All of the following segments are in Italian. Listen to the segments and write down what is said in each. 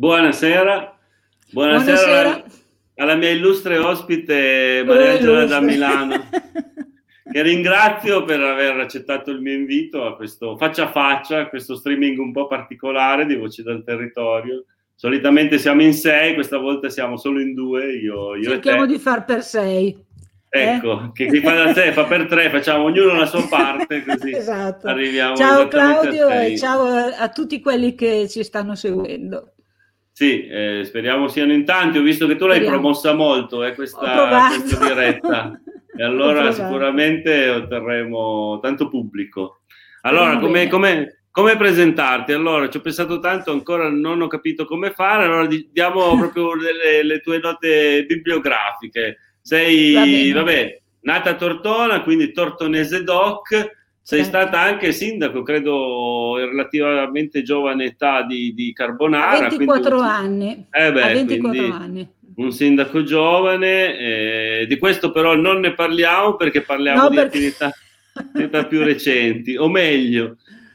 Buonasera. Buonasera. Alla mia illustre ospite Mariangela da Milano, che ringrazio per aver accettato il mio invito a questo faccia a faccia, a questo streaming un po' particolare di Voci dal Territorio. Solitamente siamo in 6, questa volta siamo solo in 2, io e te. Cerchiamo di far per 6. Ecco, che chi fa da 6 fa per 3, facciamo ognuno la sua parte, così Esatto. arriviamo Ciao esattamente Claudio a 6. e ciao a tutti quelli che ci stanno seguendo. Sì, speriamo siano in tanti. Ho visto che tu l'hai promossa molto, questa diretta, e allora sicuramente otterremo tanto pubblico. Allora, come presentarti? Allora, ci ho pensato tanto, ancora non ho capito come fare, allora diamo proprio le tue note bibliografiche. Sei, nata a Tortona, quindi tortonese doc. Sei stata anche sindaco, credo, in relativamente giovane età di Carbonara. A 24 anni. A 24 anni. Un sindaco giovane, di questo però non ne parliamo perché parliamo di attività più recenti, o meglio,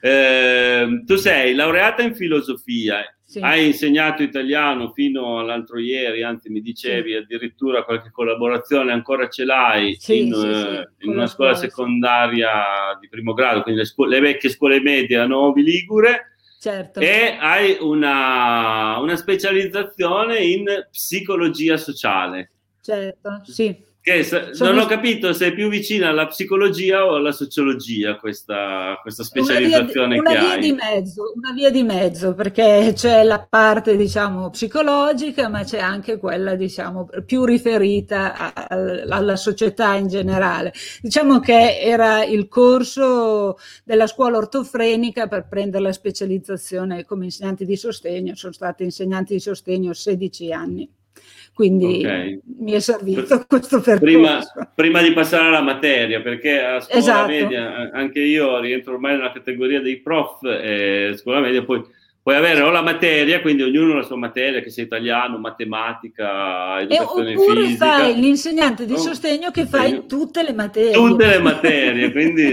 tu sei laureata in filosofia. Sì. Hai insegnato italiano fino all'altro ieri, anzi mi dicevi addirittura qualche collaborazione ancora ce l'hai in una scuola secondaria di primo grado, quindi le vecchie scuole medie a Novi Ligure. Certo. E hai una specializzazione in psicologia sociale. Certo, sì. Non ho capito se è più vicina alla psicologia o alla sociologia questa specializzazione che hai. Una via di mezzo, perché c'è la parte, diciamo, psicologica, ma c'è anche quella, diciamo, più riferita alla società in generale. Diciamo che era il corso della scuola ortofrenica per prendere la specializzazione come insegnanti di sostegno. Sono stata insegnante di sostegno 16 anni. Quindi mi è servito questo percorso. Prima di passare alla materia, perché a scuola media, anche io rientro ormai nella categoria dei prof, scuola media puoi avere o la materia, quindi ognuno ha la sua materia, che sia italiano, matematica, educazione oppure fisica. Oppure fai l'insegnante di sostegno che fai tutte le materie. Tutte le materie, quindi...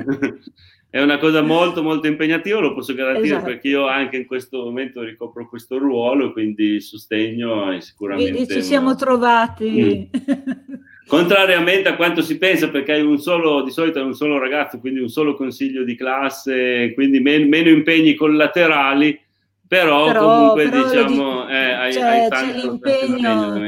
È una cosa molto molto impegnativa, lo posso garantire, perché io anche in questo momento ricopro questo ruolo, quindi il sostegno è sicuramente... Vedi, ci siamo trovati. Contrariamente a quanto si pensa, perché hai di solito hai un solo ragazzo, quindi un solo consiglio di classe, quindi meno impegni collaterali, però comunque diciamo c'è l'impegno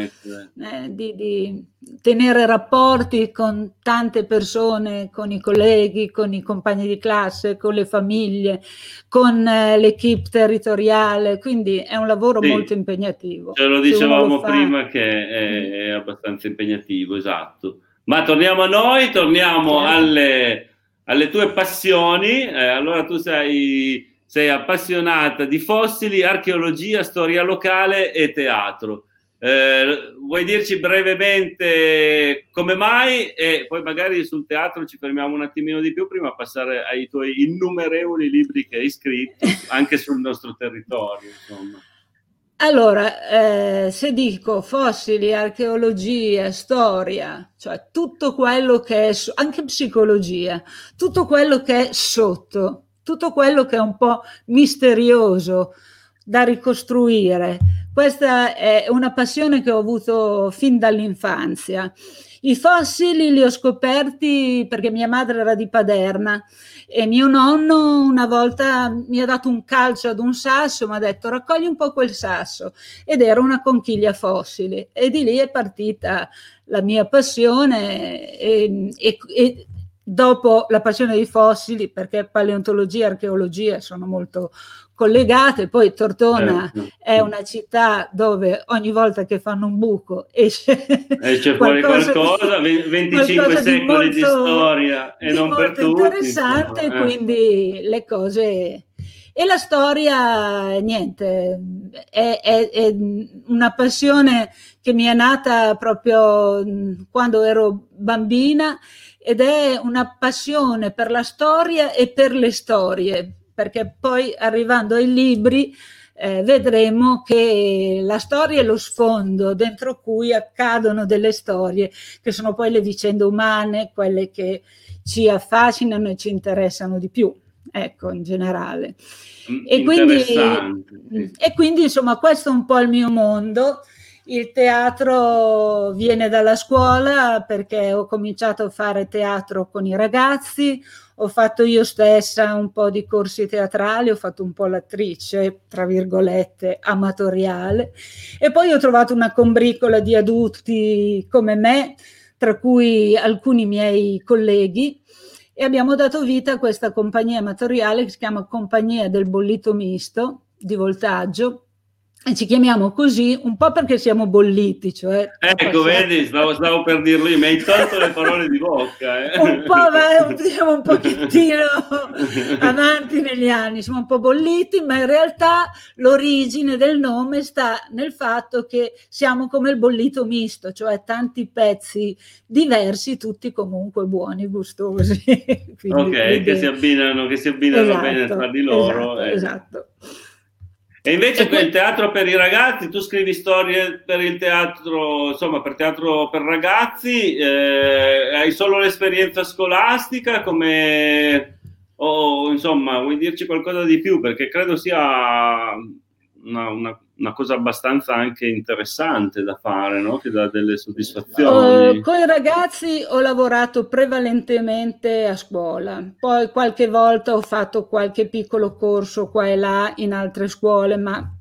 di tenere rapporti con tante persone, con i colleghi, con i compagni di classe, con le famiglie, con l'equipe territoriale, quindi è un lavoro molto impegnativo. Ce lo dicevamo prima che è abbastanza impegnativo, esatto. Ma torniamo a noi, torniamo alle tue passioni. Allora tu sei appassionata di fossili, archeologia, storia locale e teatro. Vuoi dirci brevemente come mai, e poi magari sul teatro ci fermiamo un attimino di più prima di passare ai tuoi innumerevoli libri che hai scritto anche sul nostro territorio, insomma. Allora, se dico fossili, archeologia, storia, cioè tutto quello che è, anche psicologia, tutto quello che è sotto, tutto quello che è un po' misterioso da ricostruire. Questa è una passione che ho avuto fin dall'infanzia. I fossili li ho scoperti perché mia madre era di Paderna e mio nonno una volta mi ha dato un calcio ad un sasso, mi ha detto raccogli un po' quel sasso, ed era una conchiglia fossile, e di lì è partita la mia passione e dopo la passione dei fossili, perché paleontologia e archeologia sono molto collegate. Poi Tortona è una città dove ogni volta che fanno un buco esce fuori qualcosa 25 secoli di storia e non per tutti, interessante, quindi le cose. E la storia, niente, è una passione che mi è nata proprio quando ero bambina, ed è una passione per la storia e per le storie, perché poi arrivando ai libri vedremo che la storia è lo sfondo dentro cui accadono delle storie che sono poi le vicende umane, quelle che ci affascinano e ci interessano di più. ecco, in generale. E quindi insomma questo è un po' il mio mondo. Il teatro viene dalla scuola, perché ho cominciato a fare teatro con i ragazzi, ho fatto io stessa un po' di corsi teatrali, ho fatto un po' l'attrice, tra virgolette, amatoriale, e poi ho trovato una combricola di adulti come me, tra cui alcuni miei colleghi, e abbiamo dato vita a questa compagnia amatoriale che si chiama Compagnia del Bollito Misto di Voltaggio, e ci chiamiamo così un po' perché siamo bolliti, cioè ecco, vedi, stavo per dirlo io, mi hai tolto le parole di bocca. Un po', siamo un pochettino avanti negli anni, siamo un po' bolliti, ma in realtà l'origine del nome sta nel fatto che siamo come il bollito misto, cioè tanti pezzi diversi, tutti comunque buoni, gustosi. Quindi, ok, che si abbinano esatto, bene tra di loro. Esatto. E invece il teatro per i ragazzi, tu scrivi storie per il teatro, insomma, per teatro per ragazzi, hai solo l'esperienza scolastica, o insomma, vuoi dirci qualcosa di più? Perché credo sia una cosa abbastanza anche interessante da fare, no? Che dà delle soddisfazioni. Con i ragazzi ho lavorato prevalentemente a scuola, poi qualche volta ho fatto qualche piccolo corso qua e là in altre scuole, ma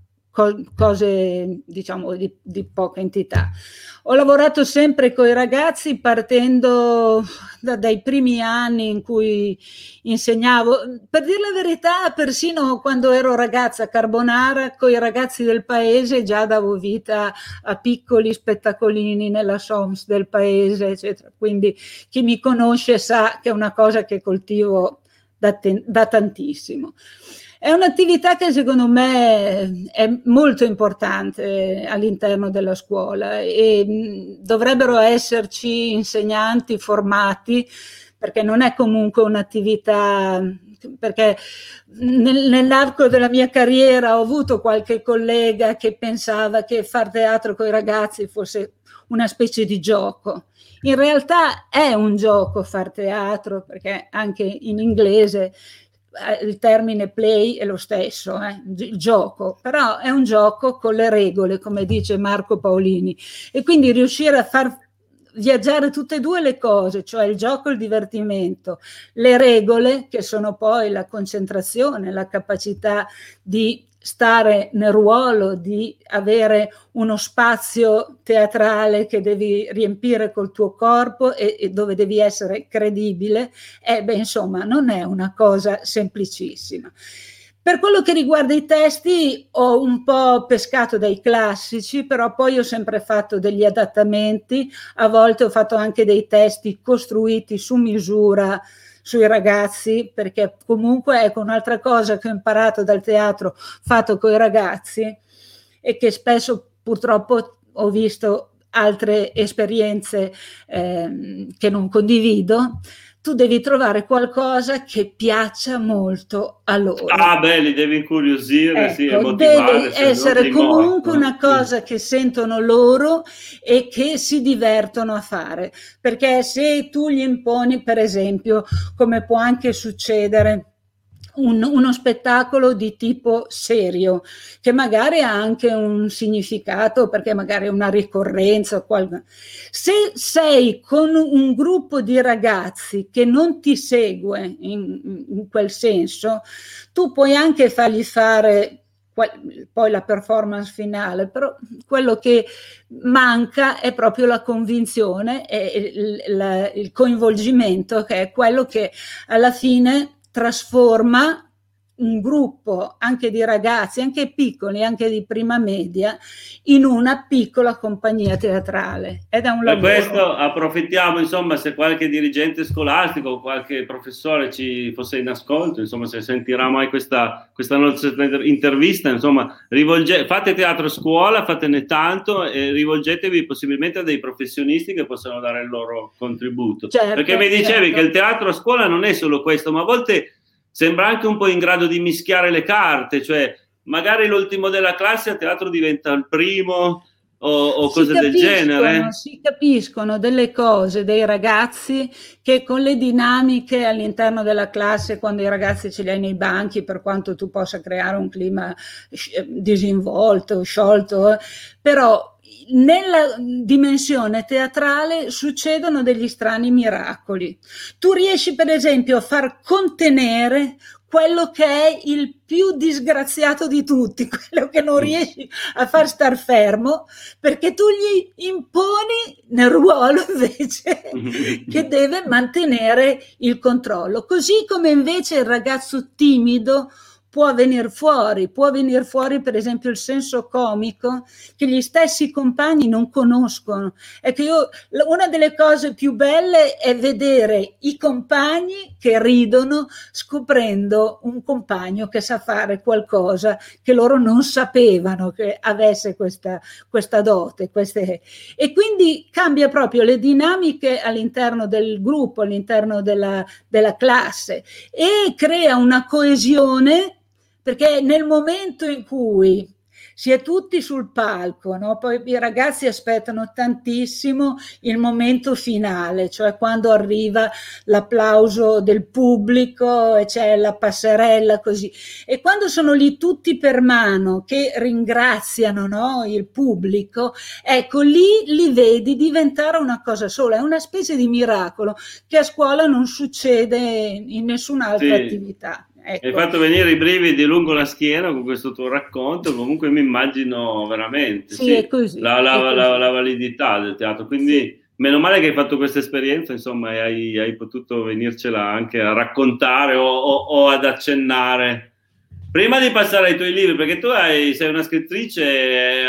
cose diciamo di poca entità. Ho lavorato sempre con i ragazzi partendo dai primi anni in cui insegnavo. Per dire la verità, persino quando ero ragazza a Carbonara, con i ragazzi del paese già davo vita a piccoli spettacolini nella SOMS del paese, eccetera. Quindi chi mi conosce sa che è una cosa che coltivo da tantissimo. È un'attività che secondo me è molto importante all'interno della scuola e dovrebbero esserci insegnanti formati, perché non è comunque un'attività, perché nell'arco della mia carriera ho avuto qualche collega che pensava che far teatro con i ragazzi fosse una specie di gioco. In realtà è un gioco far teatro, perché anche in inglese il termine play è lo stesso, il gioco, però è un gioco con le regole, come dice Marco Paolini, e quindi riuscire a far viaggiare tutte e due le cose, cioè il gioco e il divertimento, le regole che sono poi la concentrazione, la capacità di stare nel ruolo, di avere uno spazio teatrale che devi riempire col tuo corpo e dove devi essere credibile, insomma non è una cosa semplicissima. Per quello che riguarda i testi ho un po' pescato dai classici, però poi ho sempre fatto degli adattamenti, a volte ho fatto anche dei testi costruiti su misura sui ragazzi, perché comunque ecco un'altra cosa che ho imparato dal teatro fatto con i ragazzi e che spesso purtroppo ho visto altre esperienze che non condivido. Tu devi trovare qualcosa che piaccia molto a loro. Ah, beh, li devi incuriosire, ecco, sì, e motivare. Deve essere comunque una cosa che sentono loro e che si divertono a fare. Perché se tu gli imponi, per esempio, come può anche succedere, uno spettacolo di tipo serio, che magari ha anche un significato, perché magari è una ricorrenza. Se sei con un gruppo di ragazzi che non ti segue in quel senso, tu puoi anche fargli fare poi la performance finale, però quello che manca è proprio la convinzione e il coinvolgimento, che è quello che alla fine trasforma un gruppo anche di ragazzi, anche piccoli, anche di prima media, in una piccola compagnia teatrale. Ed è un lavoro. Per questo approfittiamo, insomma, se qualche dirigente scolastico o qualche professore ci fosse in ascolto, insomma, se sentirà mai questa nostra intervista, insomma, fate teatro a scuola, fatene tanto e rivolgetevi possibilmente a dei professionisti che possano dare il loro contributo. Certo, perché mi dicevi che il teatro a scuola non è solo questo, ma a volte sembra anche un po' in grado di mischiare le carte, cioè magari l'ultimo della classe a teatro diventa il primo, o cose del genere? Si capiscono delle cose dei ragazzi che con le dinamiche all'interno della classe, quando i ragazzi ce li hai nei banchi, per quanto tu possa creare un clima disinvolto, sciolto, però nella dimensione teatrale succedono degli strani miracoli. Tu riesci per esempio a far contenere quello che è il più disgraziato di tutti, quello che non riesci a far star fermo, perché tu gli imponi nel ruolo invece che deve mantenere il controllo. Così come invece il ragazzo timido può venire fuori per esempio il senso comico che gli stessi compagni non conoscono. Ecco, una delle cose più belle è vedere i compagni che ridono scoprendo un compagno che sa fare qualcosa che loro non sapevano che avesse questa dote. E quindi cambia proprio le dinamiche all'interno del gruppo, all'interno della classe, e crea una coesione, perché nel momento in cui si è tutti sul palco, no? Poi i ragazzi aspettano tantissimo il momento finale, cioè quando arriva l'applauso del pubblico e c'è la passerella così, e quando sono lì tutti per mano che ringraziano, no? Il pubblico, ecco, lì li vedi diventare una cosa sola, è una specie di miracolo che a scuola non succede in nessun'altra attività. Ecco. Hai fatto venire i brividi lungo la schiena con questo tuo racconto, comunque mi immagino veramente è così, la validità del teatro, quindi meno male che hai fatto questa esperienza, insomma, e hai potuto venircela anche a raccontare o ad accennare. Prima di passare ai tuoi libri, perché tu sei una scrittrice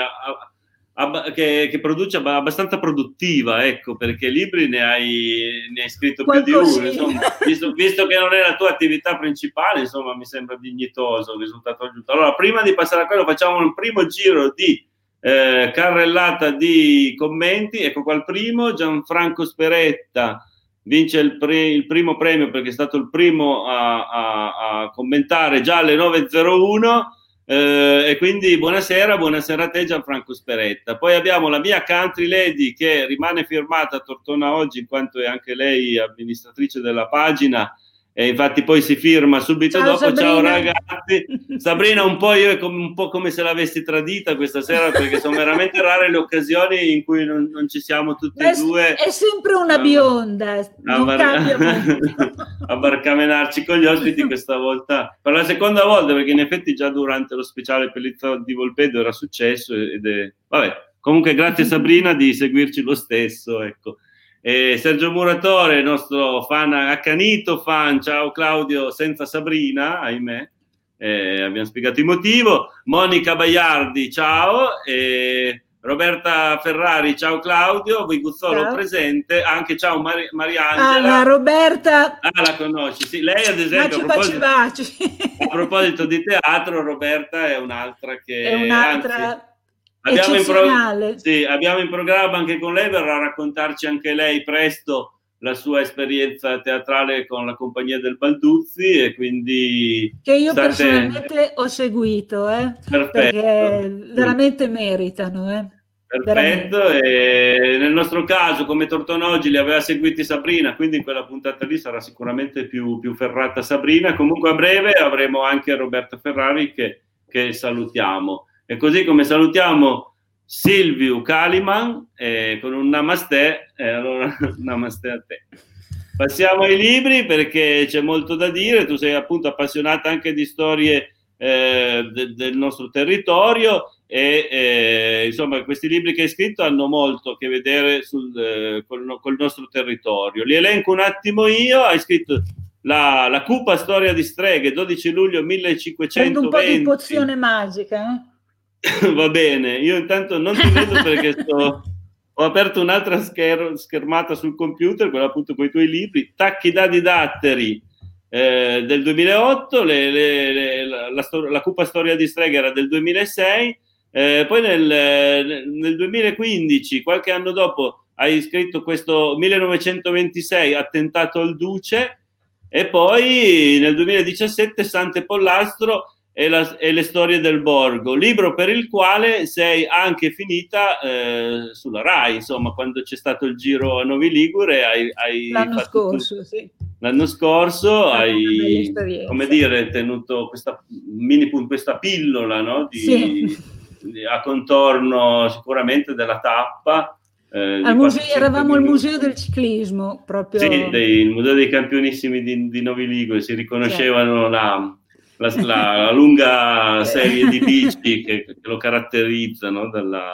che produce abbastanza produttiva, ecco, perché libri ne hai scritto più di uno, insomma, visto che non è la tua attività principale, insomma, mi sembra dignitoso il risultato raggiunto. Allora, prima di passare a quello, facciamo un primo giro di carrellata di commenti. Ecco qua il primo: Gianfranco Speretta vince il primo premio perché è stato il primo a commentare già alle 9:01. E quindi buonasera a te, Gianfranco Speretta. Poi abbiamo la mia country lady che rimane firmata a Tortona oggi, in quanto è anche lei amministratrice della pagina, e infatti poi si firma subito dopo. Sabrina. Ciao ragazzi. Sabrina, un po' come se l'avessi tradita questa sera, perché sono veramente rare le occasioni in cui non ci siamo tutti e due. È sempre una bionda, non cambia molto. A barcamenarci con gli ospiti questa volta, per la seconda volta, perché in effetti già durante lo speciale Pellizzò di Volpedo era successo vabbè, comunque grazie Sabrina di seguirci lo stesso, ecco. Sergio Muratore, il nostro fan, accanito fan, ciao Claudio, senza Sabrina, ahimè, abbiamo spiegato il motivo. Monica Baiardi, ciao. Roberta Ferrari, ciao Claudio, Viguzzolo presente, anche ciao Mariangela. La Roberta. La conosci, sì, lei ad esempio a proposito di teatro, Roberta è un'altra che... È un'altra... Anzi, abbiamo in programma anche con lei, verrà a raccontarci anche lei presto la sua esperienza teatrale con la compagnia del Balduzzi, e quindi che io personalmente ho seguito, perché veramente meritano. Perfetto, e nel nostro caso, come Tortona oggi li aveva seguiti Sabrina, quindi in quella puntata lì sarà sicuramente più ferrata Sabrina. Comunque a breve avremo anche Roberta Ferrari che salutiamo. E così come salutiamo Silvio Kaliman con un namaste, allora namaste a te. Passiamo ai libri, perché c'è molto da dire. Tu sei appunto appassionata anche di storie del nostro territorio, e insomma questi libri che hai scritto hanno molto a che vedere col nostro territorio. Li elenco un attimo io. Hai scritto la cupa storia di streghe, 12 luglio 1520. Prendo un po' di pozione magica, Va bene, io intanto non ti vedo perché ho aperto un'altra schermata sul computer, quella appunto con i tuoi libri. Tacchi dadi datteri del 2008, la cupa storia di streghe era del 2006, poi nel 2015, qualche anno dopo, hai scritto questo 1926, Attentato al Duce, e poi nel 2017 Sante Pollastro. e le storie del borgo, libro per il quale sei anche finita sulla Rai, insomma, quando c'è stato il giro a Novi Ligure l'anno scorso, sì. L'anno scorso hai, come dire, tenuto questa pillola, no? A contorno sicuramente della tappa. Eravamo al museo del ciclismo, proprio. Sì, il museo dei campionissimi di Novi Ligure, si riconoscevano la lunga serie di bici che lo caratterizzano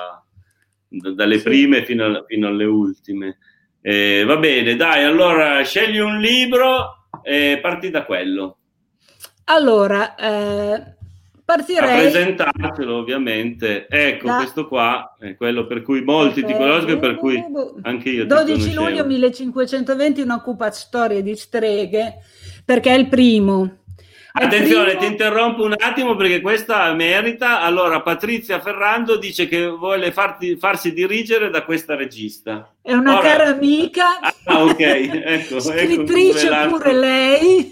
dalle prime fino alle ultime. Va bene, dai, allora scegli un libro e parti da quello. Allora, partirei... A presentartelo, ovviamente. Ecco, questo qua è quello per cui molti ti conoscono e per cui anche io ti conoscevo. 12 luglio 1520, una cupa storia di streghe, perché è il primo. Attenzione, ti interrompo un attimo perché questa merita. Allora, Patrizia Ferrando dice che vuole farsi dirigere da questa regista. È una cara amica, ok, ecco, scrittrice pure lei,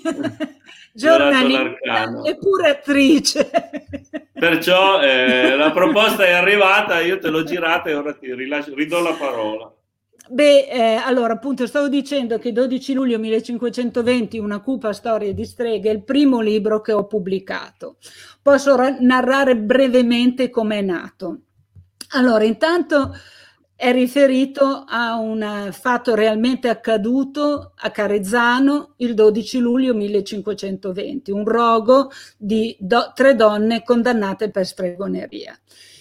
giornalista e pure attrice. Perciò la proposta è arrivata, io te l'ho girata e ora ti ridò la parola. Allora, appunto, stavo dicendo che 12 luglio 1520, una cupa storia di streghe, è il primo libro che ho pubblicato. Posso narrare brevemente come è nato. Allora, intanto è riferito a un fatto realmente accaduto a Carezzano il 12 luglio 1520, un rogo di 3 donne condannate per stregoneria.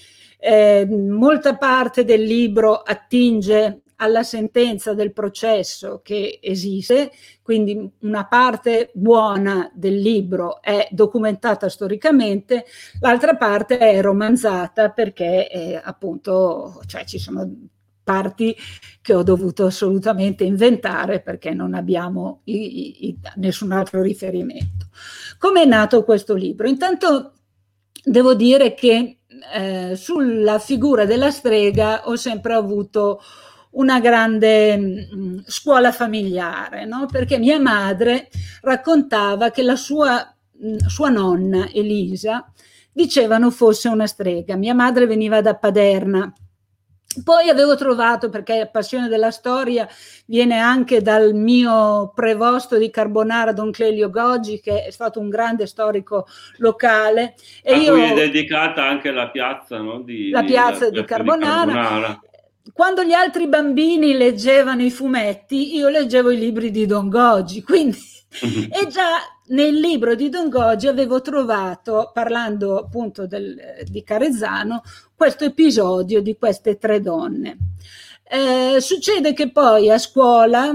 Molta parte del libro attinge alla sentenza del processo che esiste, quindi una parte buona del libro è documentata storicamente, l'altra parte è romanzata perché appunto, cioè ci sono parti che ho dovuto assolutamente inventare perché non abbiamo nessun altro riferimento. Come è nato questo libro? Intanto devo dire che sulla figura della strega ho sempre avuto una grande scuola familiare, no? Perché mia madre raccontava che la sua nonna Elisa dicevano fosse una strega. Mia madre veniva da Paderna. Poi avevo trovato, perché la passione della storia viene anche dal mio prevosto di Carbonara, Don Clelio Goggi, che è stato un grande storico locale. A cui è dedicata anche la piazza, no? La piazza di Carbonara. Quando gli altri bambini leggevano i fumetti, io leggevo i libri di Don Goggi, quindi e già nel libro di Don Goggi avevo trovato, parlando appunto di Carezzano, questo episodio di queste 3 donne. Succede che poi a scuola,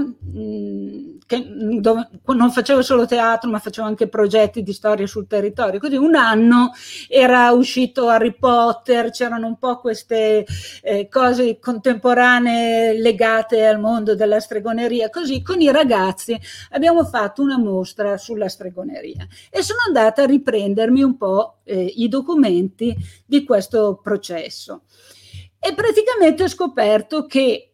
dove non facevo solo teatro ma facevo anche progetti di storia sul territorio, così un anno era uscito Harry Potter, c'erano un po' queste cose contemporanee legate al mondo della stregoneria, così con i ragazzi abbiamo fatto una mostra sulla stregoneria e sono andata a riprendermi un po' i documenti di questo processo. E praticamente ho scoperto che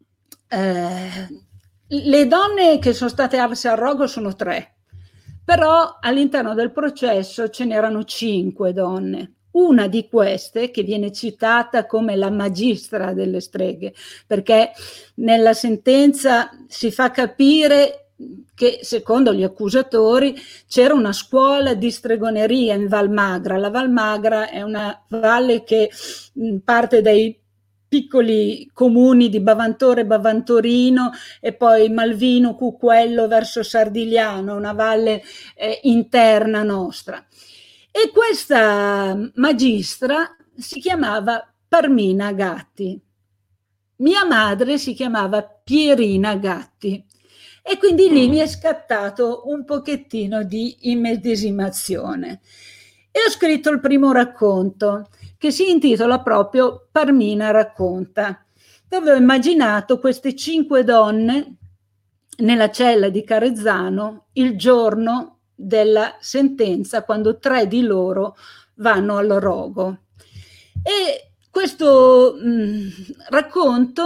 le donne che sono state arse al rogo sono 3, però all'interno del processo ce n'erano 5 donne. Una di queste, che viene citata come la magistra delle streghe, perché nella sentenza si fa capire che secondo gli accusatori c'era una scuola di stregoneria in Valmagra. La Valmagra è una valle che parte dai piccoli comuni di Bavantore, Bavantorino e poi Malvino, Cucuello verso Sardigliano, una valle interna nostra. E questa magistra si chiamava Parmina Gatti. Mia madre si chiamava Pierina Gatti. E quindi lì mi è scattato un pochettino di immedesimazione. E ho scritto il primo racconto, che si intitola proprio Parmina racconta, dove ho immaginato queste 5 donne nella cella di Carezzano il giorno della sentenza, quando 3 di loro vanno al rogo. E questo racconto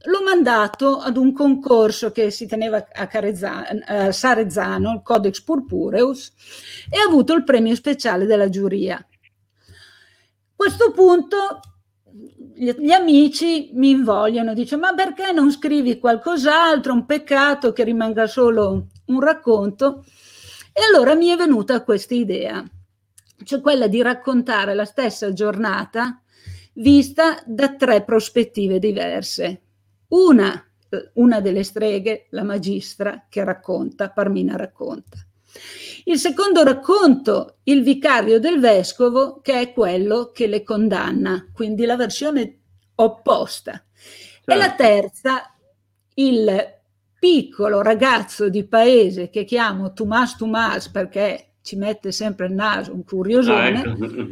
l'ho mandato ad un concorso che si teneva a Sarezzano, il Codex Purpureus, e ha avuto il premio speciale della giuria. A questo punto gli amici mi invogliano, dicono: ma perché non scrivi qualcos'altro? Un peccato che rimanga solo un racconto. E allora mi è venuta questa idea, cioè quella di raccontare la stessa giornata vista da 3 prospettive diverse. Una delle streghe, la magistra, che racconta, Parmina racconta. Il secondo racconto, il vicario del vescovo, che è quello che le condanna, quindi la versione opposta. Certo. E la terza, il piccolo ragazzo di paese che chiamo Tomás perché ci mette sempre il naso, un curiosone,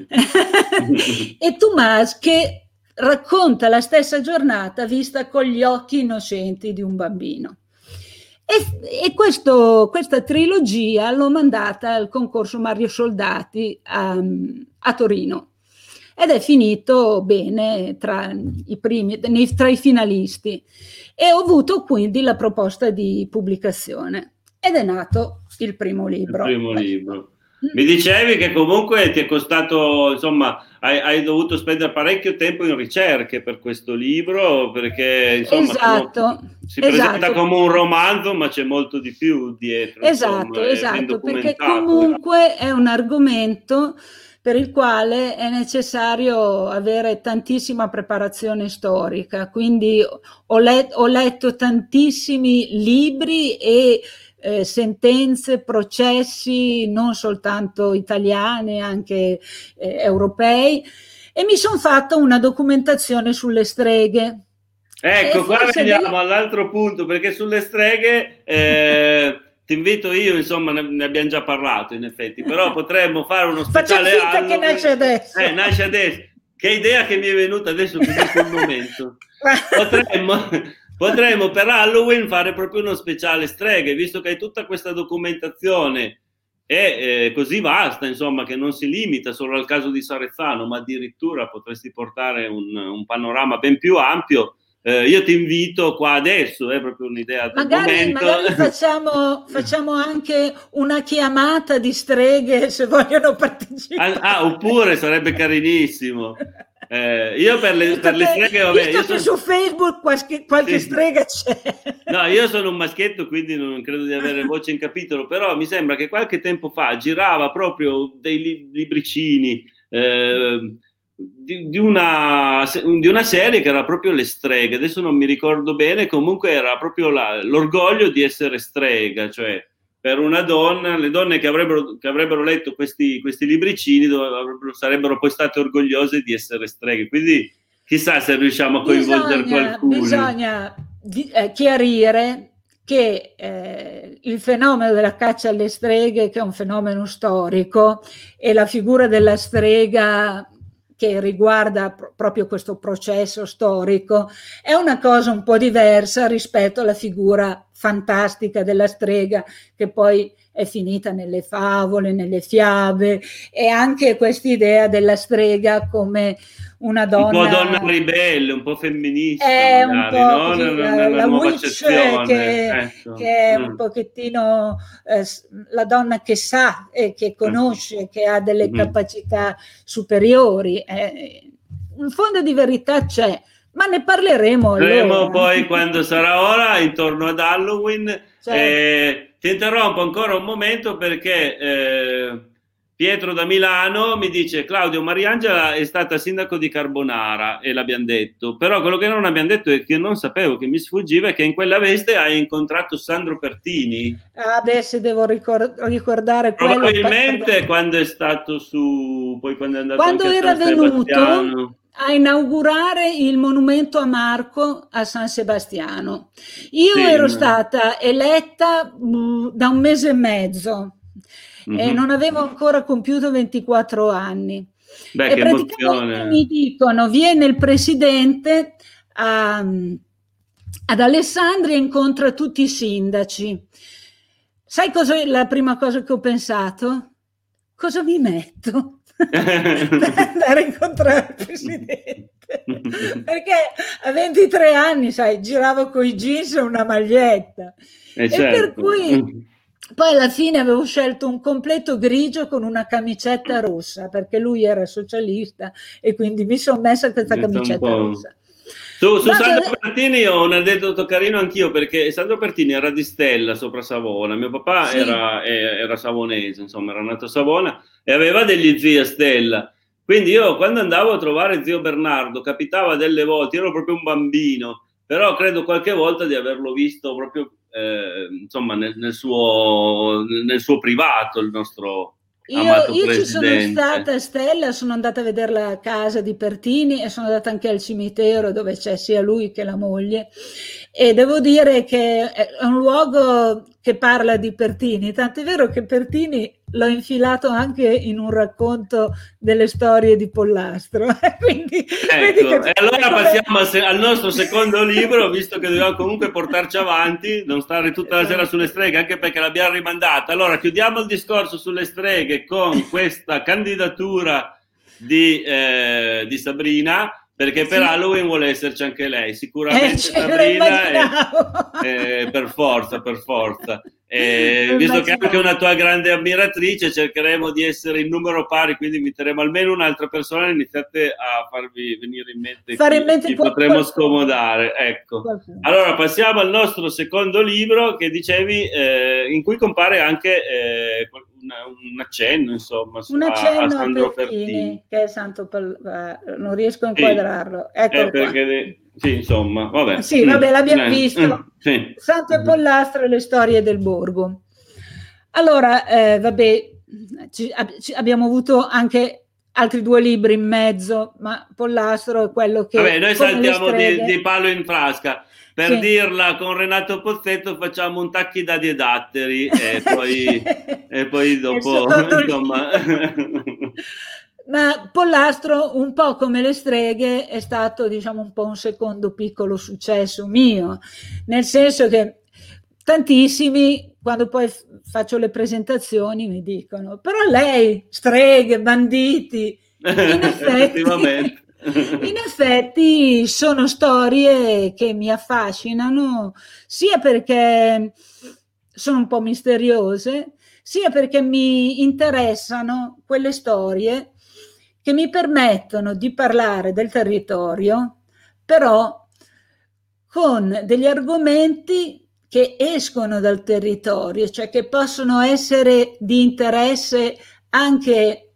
e Tomás che racconta la stessa giornata vista con gli occhi innocenti di un bambino. E questa trilogia l'ho mandata al concorso Mario Soldati a Torino ed è finito bene tra i finalisti, e ho avuto quindi la proposta di pubblicazione ed è nato il primo libro. Il primo libro. Mi dicevi che comunque ti è costato, insomma, hai dovuto spendere parecchio tempo in ricerche per questo libro, perché insomma esatto, si presenta come un romanzo, ma c'è molto di più dietro. Esatto, perché comunque è un argomento per il quale è necessario avere tantissima preparazione storica, quindi ho letto tantissimi libri e sentenze, processi, non soltanto italiani, anche europei, e mi sono fatta una documentazione sulle streghe. Ecco, qua veniamo all'altro punto, perché sulle streghe ti invito io, insomma, ne abbiamo già parlato in effetti, però potremmo fare uno speciale. Facciamo finta che nasce adesso. Nasce adesso. Che idea che mi è venuta adesso in questo momento. Potremmo per Halloween fare proprio uno speciale streghe, visto che hai tutta questa documentazione e così vasta, insomma, che non si limita solo al caso di Sarezzano, ma addirittura potresti portare un panorama ben più ampio. Io ti invito qua adesso, è proprio un'idea del momento. Magari facciamo anche una chiamata di streghe se vogliono partecipare. Oppure sarebbe carinissimo. Io per le streghe, vabbè, visto che su Facebook qualche strega c'è. No, io sono un maschietto, quindi non credo di avere voce in capitolo, però mi sembra che qualche tempo fa girava proprio dei libricini di una serie che era proprio le streghe. Adesso non mi ricordo bene, comunque era proprio l'orgoglio di essere strega, cioè per una donna, le donne che avrebbero letto questi libricini sarebbero poi state orgogliose di essere streghe. Quindi chissà se riusciamo a coinvolgere qualcuno. Bisogna chiarire che il fenomeno della caccia alle streghe, che è un fenomeno storico, e la figura della strega che riguarda proprio questo processo storico, è una cosa un po' diversa rispetto alla figura fantastica della strega, che poi è finita nelle favole, nelle fiabe, e anche quest'idea della strega come una donna... Un po' donna ribelle, un po' femminista, è magari, un po' no? così, la witch che è un pochettino la donna che sa e che conosce, che ha delle capacità superiori. Un fondo di verità c'è, ma ne parleremo allora. Poi quando sarà ora, intorno ad Halloween. Ti interrompo ancora un momento perché Pietro da Milano mi dice: Claudio, Mariangela è stata sindaco di Carbonara, e l'abbiamo detto, però quello che non abbiamo detto è che non sapevo, che mi sfuggiva, è che in quella veste hai incontrato Sandro Pertini. Adesso devo ricordare probabilmente quando è stato poi quando è andato quando anche era a San venuto a inaugurare il monumento a Marco a San Sebastiano. Io ero stata eletta da un mese e mezzo e non avevo ancora compiuto 24 anni. Beh, che emozione. Mi dicono: viene il presidente ad Alessandria e incontra tutti i sindaci. Sai cosa è la prima cosa che ho pensato? Cosa mi metto? Per andare a incontrare il presidente. perché a 23 anni, sai, giravo con i jeans e una maglietta. E certo. per cui poi alla fine avevo scelto un completo grigio con una camicetta rossa, perché lui era socialista e quindi mi sono messa questa camicetta rossa. Su Sandro Pertini ho un aneddoto carino anch'io, perché Sandro Pertini era di Stella, sopra Savona. Mio papà sì, era savonese, insomma, era nato a Savona e aveva degli zii a Stella. Quindi io, quando andavo a trovare zio Bernardo, capitava delle volte, io ero proprio un bambino, però credo qualche volta di averlo visto proprio insomma nel suo privato, il nostro amato io presidente. Ci sono stata a Stella, sono andata a vedere la casa di Pertini e sono andata anche al cimitero dove c'è sia lui che la moglie, e devo dire che è un luogo che parla di Pertini, tant'è vero che Pertini l'ho infilato anche in un racconto delle storie di Pollastro. Quindi, ecco, e allora passiamo al nostro secondo libro, visto che dobbiamo comunque portarci avanti, non stare tutta la sera sulle streghe, anche perché l'abbiamo rimandata. Allora chiudiamo il discorso sulle streghe con questa candidatura di Sabrina, perché per Halloween vuole esserci anche lei, sicuramente Sabrina, per forza. Visto che è anche una tua grande ammiratrice, cercheremo di essere in numero pari, quindi inviteremo almeno un'altra persona e iniziate a farvi venire in mente chi potremo scomodare. Ecco. Allora passiamo al nostro secondo libro, che dicevi, in cui compare anche un accenno, insomma, a Sandro Pertini, che è non riesco a inquadrarlo. Eccolo perché sì, insomma, vabbè. Sì, vabbè, l'abbiamo visto. Sì. Santo e Pollastro e le storie del borgo. Allora, vabbè, abbiamo avuto anche altri 2 libri in mezzo, ma Pollastro è quello che... Vabbè, noi saltiamo di palo in frasca. Per dirla con Renato Pozzetto, facciamo un tacchi da diedatteri e poi dopo, insomma... Ma Pollastro, un po' come le streghe, è stato, diciamo, un po' un secondo piccolo successo mio, nel senso che tantissimi, quando poi faccio le presentazioni, mi dicono: però lei, streghe, banditi, in effetti sono storie che mi affascinano, sia perché sono un po' misteriose, sia perché mi interessano quelle storie che mi permettono di parlare del territorio, però con degli argomenti che escono dal territorio, cioè che possono essere di interesse anche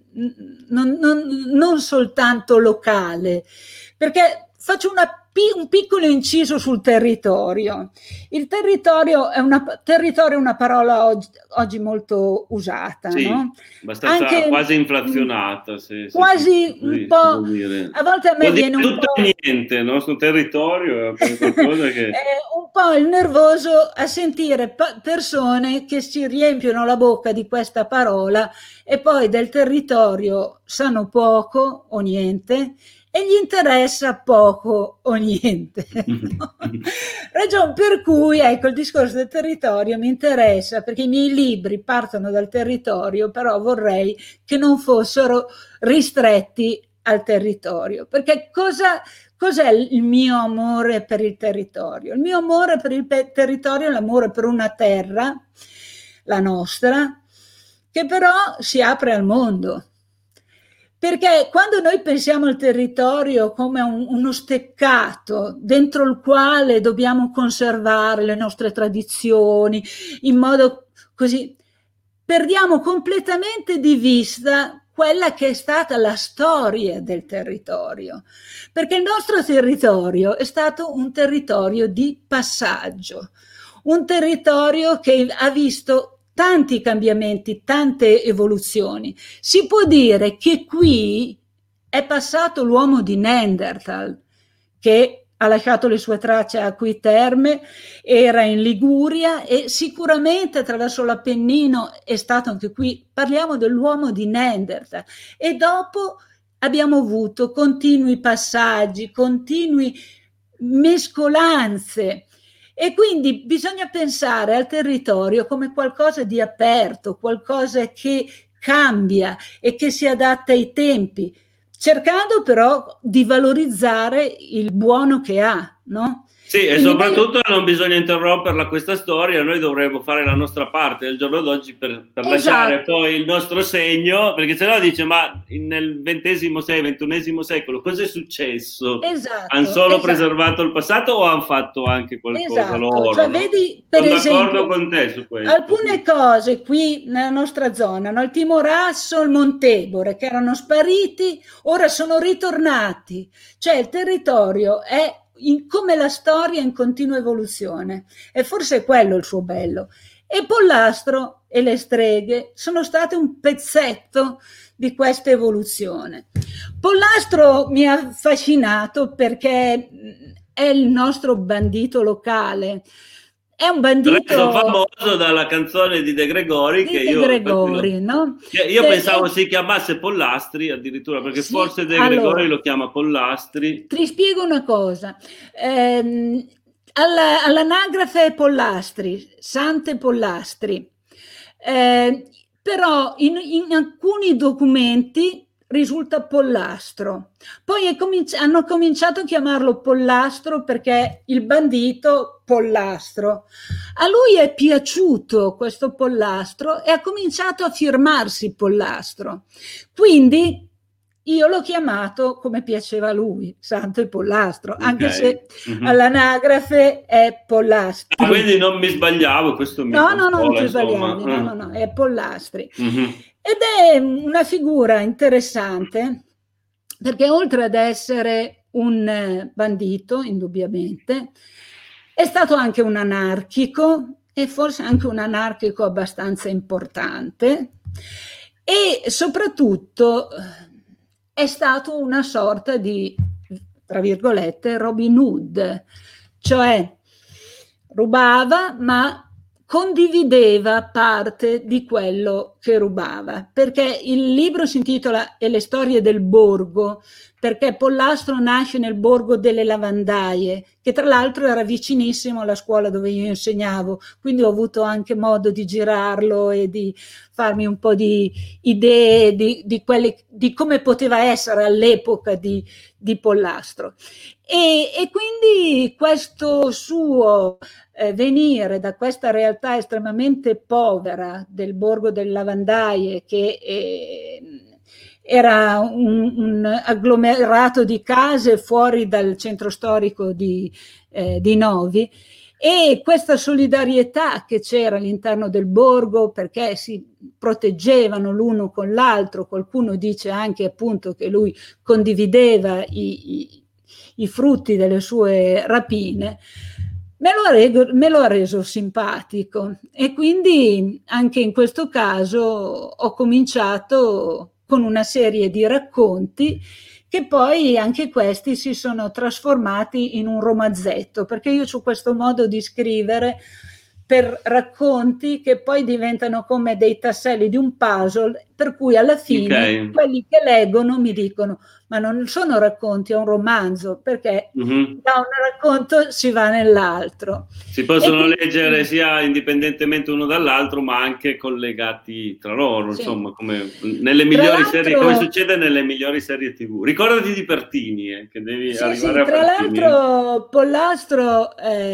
non soltanto locale, perché faccio un piccolo inciso sul territorio. Il territorio è una parola oggi molto usata, sì, no? Abbastanza anche, quasi inflazionata. Quasi un po'. A volte a me viene un po'. Niente, il nostro territorio è qualcosa che... un po' il nervoso a sentire persone che si riempiono la bocca di questa parola e poi del territorio sanno poco o niente e gli interessa poco o niente. No? Ragion per cui, ecco, il discorso del territorio mi interessa, perché i miei libri partono dal territorio, però vorrei che non fossero ristretti al territorio, perché cos'è il mio amore per il territorio? Il mio amore per il territorio è l'amore per una terra, la nostra, che però si apre al mondo. Perché quando noi pensiamo al territorio come uno steccato dentro il quale dobbiamo conservare le nostre tradizioni, in modo così, perdiamo completamente di vista quella che è stata la storia del territorio. Perché il nostro territorio è stato un territorio di passaggio, un territorio che ha visto tanti cambiamenti, tante evoluzioni. Si può dire che qui è passato l'uomo di Neanderthal, che ha lasciato le sue tracce a Acqui Terme, era in Liguria e sicuramente attraverso l'Appennino è stato anche qui. Parliamo dell'uomo di Neanderthal e dopo abbiamo avuto continui passaggi, continui mescolanze. E quindi bisogna pensare al territorio come qualcosa di aperto, qualcosa che cambia e che si adatta ai tempi. cercando però di valorizzare il buono che ha, no? Sì, e soprattutto non bisogna interromperla questa storia, noi dovremmo fare la nostra parte nel giorno d'oggi per lasciare poi il nostro segno, perché se no dice, ma nel XXI secolo cosa è successo? Hanno solo preservato il passato o hanno fatto anche qualcosa loro? Cioè, vedi, per esempio, d'accordo con te su questo. Alcune cose qui nella nostra zona, no? Il Timorasso, il Montebore, che erano spariti, ora sono ritornati. Cioè il territorio è come la storia in continua evoluzione, e forse è quello il suo bello. E Pollastro e le streghe sono state un pezzetto di questa evoluzione. Pollastro mi ha affascinato perché è il nostro bandito locale. È un bandito famoso dalla canzone di De Gregori, no? Io pensavo si chiamasse Pollastri addirittura, perché forse De Gregori lo chiama Pollastri. Ti spiego una cosa. All'anagrafe è Pollastri, Sante Pollastri, però in alcuni documenti risulta Pollastro. Poi hanno cominciato a chiamarlo Pollastro perché il bandito Pollastro. A lui è piaciuto questo Pollastro e ha cominciato a firmarsi Pollastro. Quindi io l'ho chiamato come piaceva a lui, Santo e Pollastro, anche se all'anagrafe è Pollastri. Ah, quindi non mi sbagliavo, questo non ti sbagliavi, no, è Pollastri. Ed è una figura interessante perché oltre ad essere un bandito, indubbiamente, è stato anche un anarchico e forse anche un anarchico abbastanza importante, e soprattutto è stato una sorta di, tra virgolette, Robin Hood, cioè rubava ma condivideva parte di quello che rubava, perché il libro si intitola E le storie del borgo, perché Pollastro nasce nel borgo delle Lavandaie, che tra l'altro era vicinissimo alla scuola dove io insegnavo, quindi ho avuto anche modo di girarlo e di farmi un po' di idee di come poteva essere all'epoca di Pollastro. E quindi questo suo venire da questa realtà estremamente povera del borgo delle Lavandaie, che era un agglomerato di case fuori dal centro storico di Novi, e questa solidarietà che c'era all'interno del borgo, perché si proteggevano l'uno con l'altro. Qualcuno dice anche appunto che lui condivideva i frutti delle sue rapine. Me lo ha reso simpatico, e quindi anche in questo caso ho cominciato con una serie di racconti che poi anche questi si sono trasformati in un romanzetto, perché io ho questo modo di scrivere per racconti che poi diventano come dei tasselli di un puzzle, per cui alla fine quelli che leggono mi dicono: ma non sono racconti, è un romanzo, perché da un racconto si va nell'altro. Si possono leggere sia indipendentemente uno dall'altro, ma anche collegati tra loro, insomma, come nelle migliori serie, come succede nelle migliori serie TV. Ricordati di Pertini, che devi arrivare a Pertini. Tra l'altro Pollastro,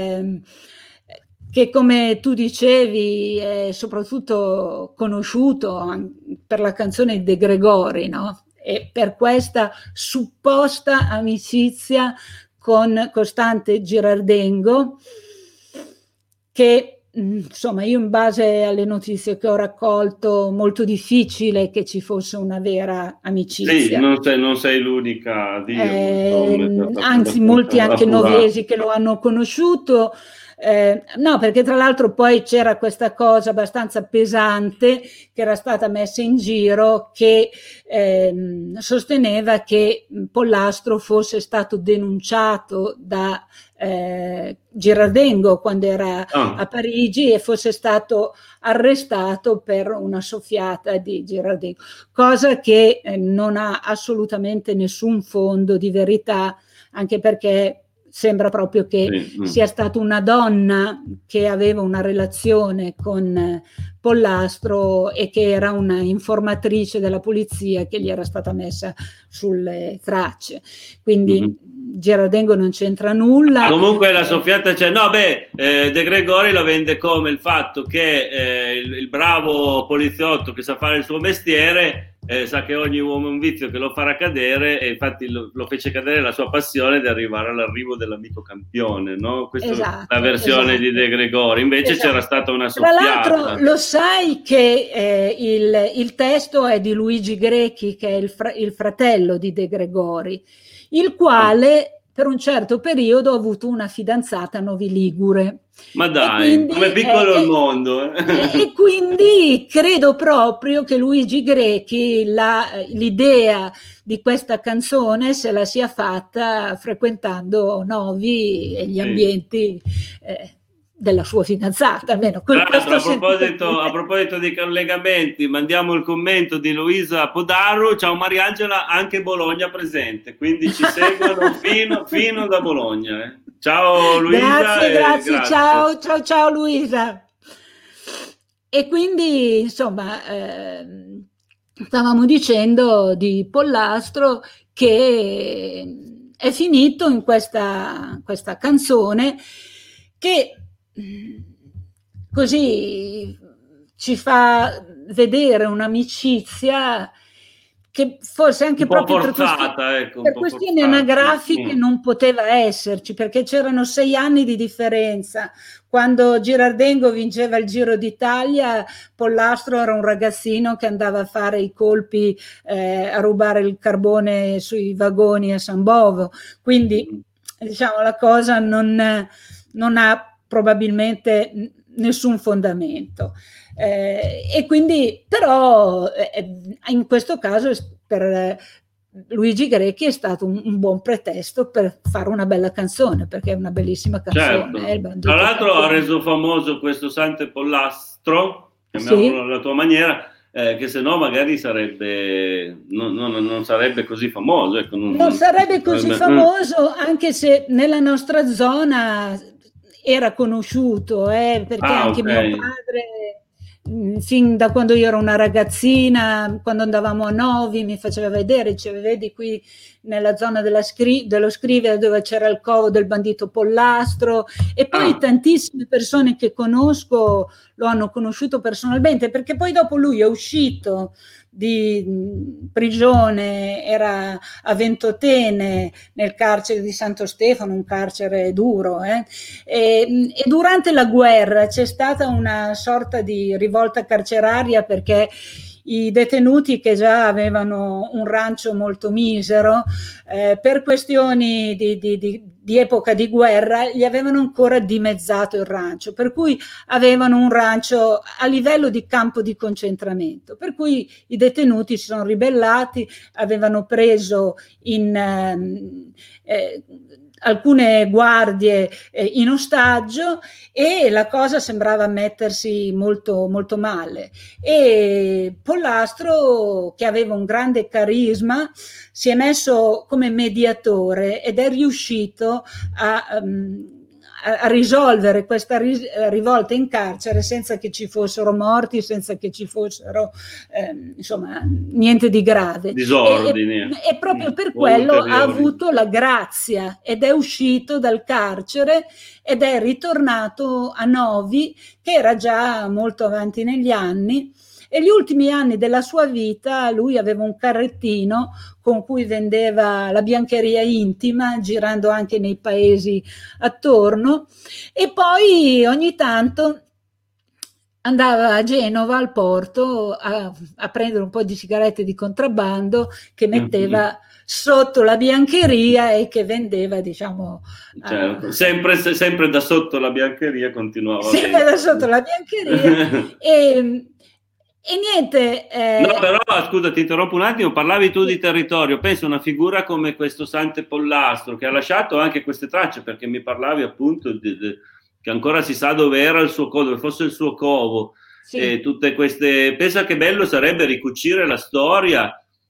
che come tu dicevi è soprattutto conosciuto per la canzone di De Gregori, no? E per questa supposta amicizia con Costante Girardengo, che insomma io, in base alle notizie che ho raccolto, molto difficile che ci fosse una vera amicizia. Sì, non sei l'unica a dirlo, anzi molti anche noviesi che lo hanno conosciuto. No, perché tra l'altro poi c'era questa cosa abbastanza pesante che era stata messa in giro, che sosteneva che Pollastro fosse stato denunciato da Girardengo quando era a Parigi, e fosse stato arrestato per una soffiata di Girardengo, cosa che non ha assolutamente nessun fondo di verità, anche perché sembra proprio che sia stata una donna che aveva una relazione con Pollastro e che era una informatrice della polizia che gli era stata messa sulle tracce. Quindi Girardengo non c'entra nulla. Comunque la soffiata c'è. No, De Gregori la vende come il fatto che il bravo poliziotto che sa fare il suo mestiere sa che ogni uomo è un vizio che lo farà cadere, e infatti lo fece cadere la sua passione di arrivare all'arrivo dell'amico campione, no? Questa è la versione di De Gregori. Invece c'era stata una soffiata. Tra l'altro lo sai che il testo è di Luigi Grechi, che è il fratello di De Gregori, il quale per un certo periodo ha avuto una fidanzata a Novi Ligure. Ma dai, quindi, come piccolo il mondo. E quindi credo proprio che Luigi Grechi l'idea di questa canzone se la sia fatta frequentando Novi e gli ambienti della sua fidanzata, almeno. A proposito di collegamenti, mandiamo il commento di Luisa Podaro. Ciao Mariangela, anche Bologna presente, quindi ci seguono fino da Bologna. Ciao Luisa. Grazie. Ciao Luisa. E quindi insomma stavamo dicendo di Pollastro che è finito in questa canzone che così ci fa vedere un'amicizia che forse anche proprio per questioni anagrafiche non poteva esserci, perché c'erano 6 anni di differenza. Quando Girardengo vinceva il Giro d'Italia, Pollastro era un ragazzino che andava a fare i colpi, a rubare il carbone sui vagoni a San Bovo, quindi diciamo la cosa non ha probabilmente nessun fondamento. E quindi però in questo caso per Luigi Grechi è stato un buon pretesto per fare una bella canzone, perché è una bellissima canzone. Certo. Tra l'altro ha reso famoso questo Sante Pollastro, chiamiamolo alla tua maniera, che se no magari sarebbe non sarebbe così famoso. Ecco, non sarebbe così famoso, anche se nella nostra zona era conosciuto, perché anche mio padre, fin da quando io ero una ragazzina, quando andavamo a Novi, mi faceva vedere, diceva: vedi qui nella zona dello Scrivia dove c'era il covo del bandito Pollastro, e poi tantissime persone che conosco lo hanno conosciuto personalmente, perché poi dopo lui è uscito di prigione, era a Ventotene nel carcere di Santo Stefano, un carcere duro, e durante la guerra c'è stata una sorta di rivolta carceraria, perché i detenuti, che già avevano un rancio molto misero, per questioni di epoca di guerra gli avevano ancora dimezzato il rancio, per cui avevano un rancio a livello di campo di concentramento, per cui i detenuti si sono ribellati, avevano preso alcune guardie in ostaggio, e la cosa sembrava mettersi molto, molto male. E Pollastro, che aveva un grande carisma, si è messo come mediatore ed è riuscito a risolvere questa rivolta in carcere senza che ci fossero morti, senza che ci fossero insomma niente di grave. Disordini. E proprio per quello ha avuto la grazia ed è uscito dal carcere ed è ritornato a Novi, che era già molto avanti negli anni. E gli ultimi anni della sua vita lui aveva un carrettino con cui vendeva la biancheria intima, girando anche nei paesi attorno, e poi ogni tanto andava a Genova al porto a prendere un po' di sigarette di contrabbando che metteva sotto la biancheria e che vendeva, diciamo, certo. Sempre da sotto la biancheria continuava sempre da sotto la biancheria. E niente. No, però scusa, ti interrompo un attimo. Parlavi tu di territorio. Penso a una figura come questo Sante Pollastro, che ha lasciato anche queste tracce, perché mi parlavi appunto che ancora si sa dove era il suo covo, dove fosse il suo covo. Sì. E tutte queste. Pensa che bello sarebbe ricucire la storia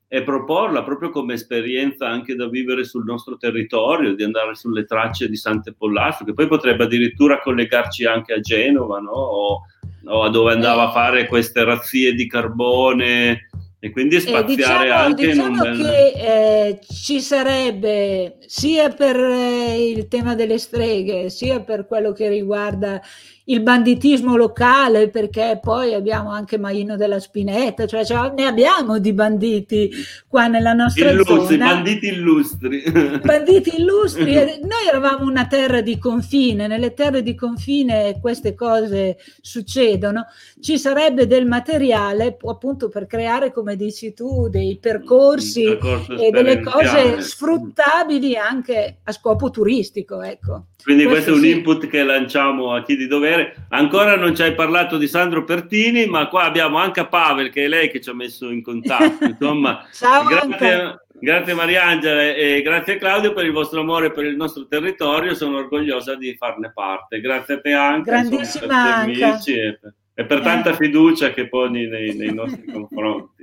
e proporla proprio come esperienza anche da vivere sul nostro territorio, di andare sulle tracce di Sante Pollastro, che poi potrebbe addirittura collegarci anche a Genova, no? O a dove andava a fare queste razzie di carbone, e quindi spaziare anche in un bel... che ci sarebbe sia per il tema delle streghe, sia per quello che riguarda il banditismo locale, perché poi abbiamo anche Maino della Spinetta, cioè ne abbiamo di banditi qua nella nostra zona. Banditi illustri. Banditi illustri. Noi eravamo una terra di confine, nelle terre di confine queste cose succedono, ci sarebbe del materiale appunto per creare, come dici tu, dei percorsi e delle cose sfruttabili anche a scopo turistico, ecco. Quindi questo è un input che lanciamo a chi di dovere. Ancora non ci hai parlato di Sandro Pertini, ma qua abbiamo anche Pavel, che è lei che ci ha messo in contatto. Insomma, ciao, grazie Mariangela e grazie Claudio per il vostro amore per il nostro territorio, sono orgogliosa di farne parte. Grazie a te anche, grandissima, insomma, per amici e per tanta fiducia che poni nei nostri confronti.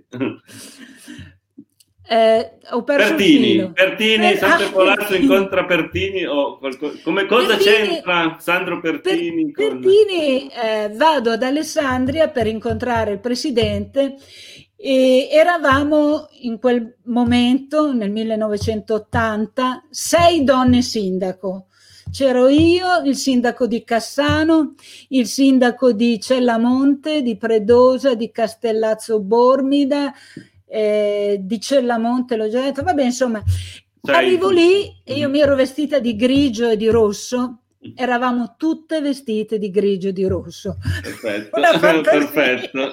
Ho perso Pertini, Sante Pollastro incontra Pertini come cosa c'entra Sandro Pertini? Pertini, vado ad Alessandria per incontrare il presidente e eravamo in quel momento, nel 1980, 6 donne sindaco. C'ero io, il sindaco di Cassano, il sindaco di Cellamonte, di Predosa, di Castellazzo Bormida, di Cellamonte, l'ho già detto, vabbè, insomma, arrivo lì e io mi ero vestita di grigio e di rosso, eravamo tutte vestite di grigio e di rosso. Perfetto.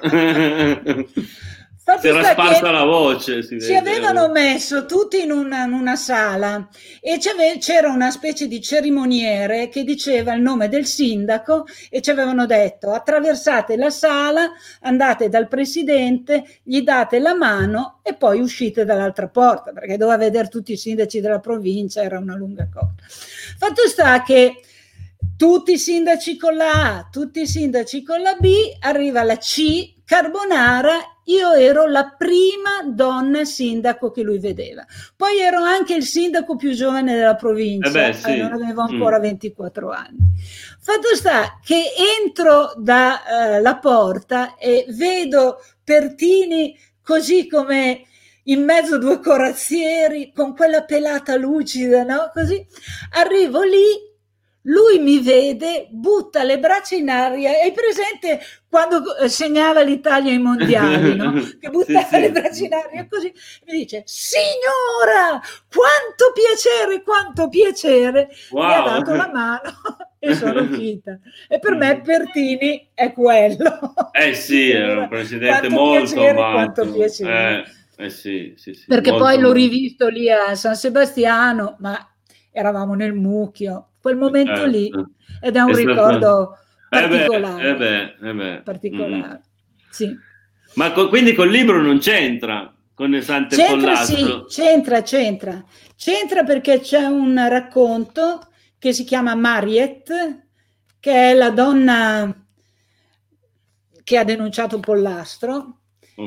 Si era sparsa la voce. Ci avevano messo tutti in una sala e c'era una specie di cerimoniere che diceva il nome del sindaco e ci avevano detto: attraversate la sala, andate dal presidente, gli date la mano e poi uscite dall'altra porta, perché doveva vedere tutti i sindaci della provincia, era una lunga cosa. Fatto sta che tutti i sindaci con la A, tutti i sindaci con la B, arriva la C, Carbonara. Io ero la prima donna sindaco che lui vedeva. Poi ero anche il sindaco più giovane della provincia, non avevo ancora 24 anni. Fatto sta che entro dalla porta e vedo Pertini così come in mezzo a 2 corazzieri, con quella pelata lucida, no? Così arrivo lì. Lui mi vede, butta le braccia in aria. Hai presente quando segnava l'Italia ai mondiali, no? Che buttava le braccia in aria così, mi dice: signora, quanto piacere. Wow. Mi ha dato la mano e sono uscita. E per me Pertini è quello. Sì, era un presidente molto amato. Quanto piacere. Sì, perché poi l'ho rivisto lì a San Sebastiano, ma eravamo nel mucchio. Quel momento lì, ed è un ricordo particolare. Particolare. Sì. Ma quindi col libro non c'entra con Sante Pollastro? Sì, c'entra perché c'è un racconto che si chiama Mariet, che è la donna che ha denunciato Pollastro,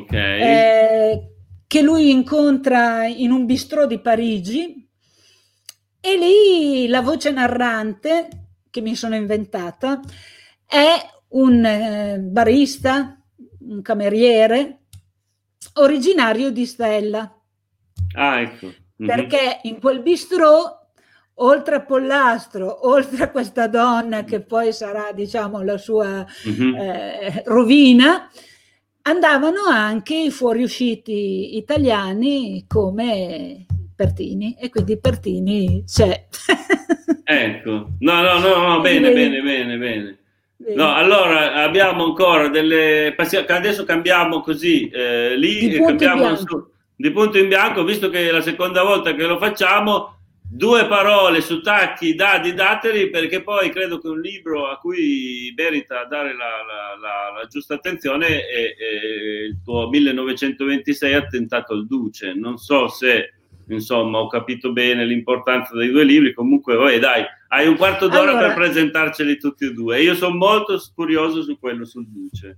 che lui incontra in un bistrò di Parigi. E lì la voce narrante, che mi sono inventata, è un barista, un cameriere, originario di Stella. Ecco. Perché in quel bistrò, oltre a Pollastro, oltre a questa donna che poi sarà, diciamo, la sua rovina, andavano anche i fuoriusciti italiani come Pertini, e quindi Pertini c'è. Ecco, no, bene. No, allora abbiamo ancora adesso cambiamo così, lì cambiamo di punto in bianco, visto che è la seconda volta che lo facciamo, 2 parole su Tacchi, Dadi, Datteri, perché poi credo che un libro a cui merita dare la giusta attenzione è il tuo 1926 Attentato al Duce. Non so se insomma ho capito bene l'importanza dei 2 libri, comunque dai, hai un quarto d'ora per presentarceli tutti e 2. Io sono molto curioso su quello sul Duce.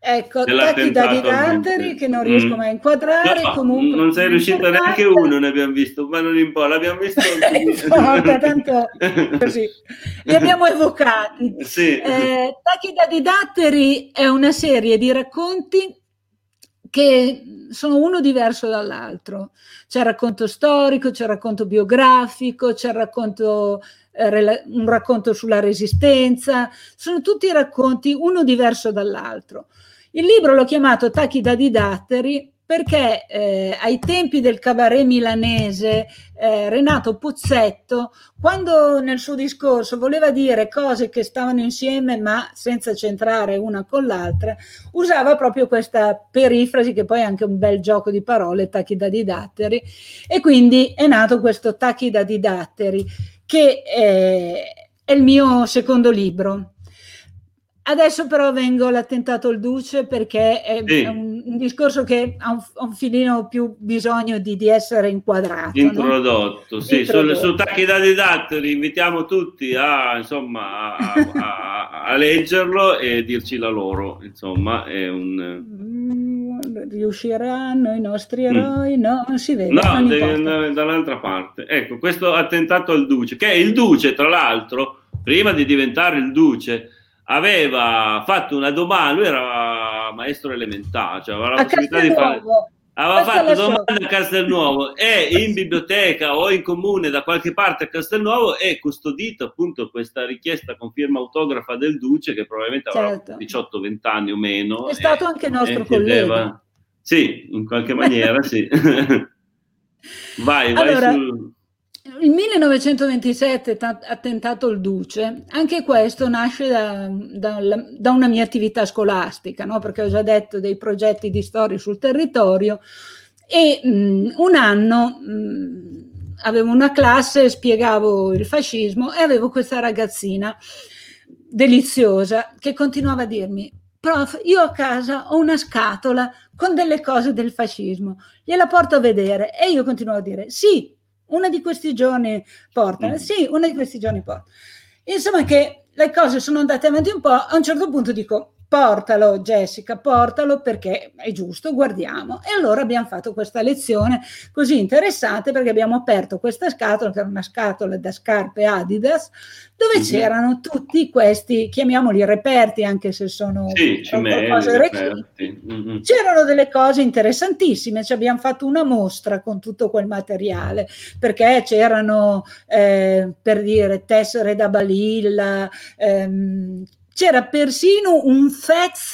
Ecco, tacchi da didatteri che non riesco mai a inquadrare. No, comunque non sei riuscito neanche uno, ne abbiamo visto, ma non importa, l'abbiamo visto tanto così. Li abbiamo evocati. Sì. Tacchi da didatteri è una serie di racconti che sono uno diverso dall'altro. C'è il racconto storico, c'è il racconto biografico, c'è il racconto, un racconto sulla resistenza, sono tutti racconti uno diverso dall'altro. Il libro l'ho chiamato Tacchi da didatteri perché ai tempi del cabaret milanese Renato Pozzetto, quando nel suo discorso voleva dire cose che stavano insieme ma senza centrare una con l'altra, usava proprio questa perifrasi, che poi è anche un bel gioco di parole, tacchi da didatteri, e quindi è nato questo Tacchi da didatteri, che è il mio secondo libro. Adesso però vengo all'attentato al Duce, perché è un discorso che ha un filino più bisogno di essere inquadrato. Introdotto, no? Sì, introdotto. Su Tacchi da didatteri invitiamo tutti a leggerlo e dirci la loro, insomma, è un... riusciranno i nostri eroi? No, non si vede. No, devi andare dall'altra parte. Ecco, questo attentato al Duce, che il Duce, tra l'altro, prima di diventare il Duce, aveva fatto una domanda, lui era maestro elementare, cioè aveva la possibilità di fare... Aveva fatto domanda a Castelnuovo, e in biblioteca o in comune da qualche parte a Castelnuovo è custodito appunto questa richiesta con firma autografa del Duce, che probabilmente avrà 18-20 anni o meno. È stato anche nostro collega. Sì, in qualche maniera sì. Vai su... Il 1927, attentato al Duce, anche questo nasce da una mia attività scolastica, no? Perché ho già detto dei progetti di storia sul territorio, e un anno avevo una classe, spiegavo il fascismo, e avevo questa ragazzina deliziosa che continuava a dirmi: prof, io a casa ho una scatola con delle cose del fascismo, gliela porto a vedere. E io continuavo a dire: sì, una di questi giorni porta, sì, una di questi giorni porta. Insomma, che le cose sono andate avanti un po', a un certo punto dico: portalo Jessica, portalo, perché è giusto, guardiamo. E allora abbiamo fatto questa lezione così interessante, perché abbiamo aperto questa scatola, che era una scatola da scarpe Adidas, dove c'erano tutti questi, chiamiamoli reperti, anche se sono cose recenti. C'erano delle cose interessantissime, ci abbiamo fatto una mostra con tutto quel materiale, perché c'erano, per dire, tessere da balilla, c'era persino un Fez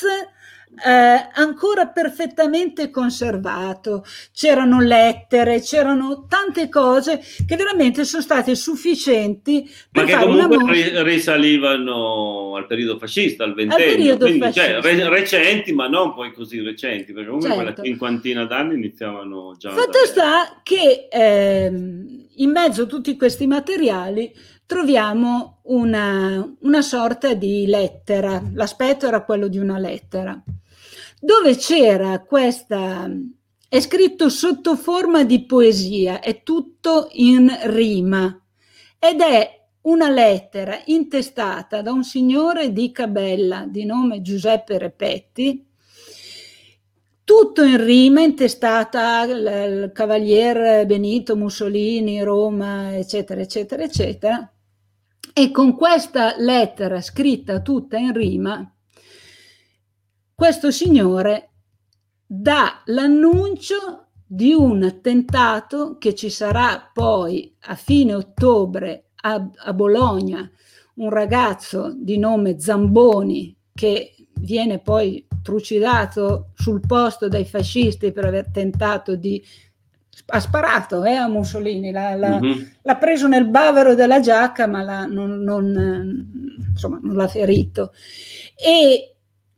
ancora perfettamente conservato, c'erano lettere, c'erano tante cose che veramente sono state sufficienti per ma che comunque risalivano al periodo fascista, al ventennio, quindi cioè, recenti, ma non poi così recenti, perché comunque quella cinquantina d'anni iniziavano già. Fatto sta che in mezzo a tutti questi materiali troviamo una sorta di lettera, l'aspetto era quello di una lettera, dove c'era questa, è scritto sotto forma di poesia, è tutto in rima, ed è una lettera intestata da un signore di Cabella di nome Giuseppe Repetti, tutto in rima, intestata al cavalier Benito Mussolini, Roma, eccetera, eccetera, eccetera. E con questa lettera scritta tutta in rima, questo signore dà l'annuncio di un attentato che ci sarà poi a fine ottobre a Bologna, un ragazzo di nome Zamboni che viene poi trucidato sul posto dai fascisti per aver tentato di... ha sparato a Mussolini, l'ha preso nel bavero della giacca, ma non l'ha ferito. E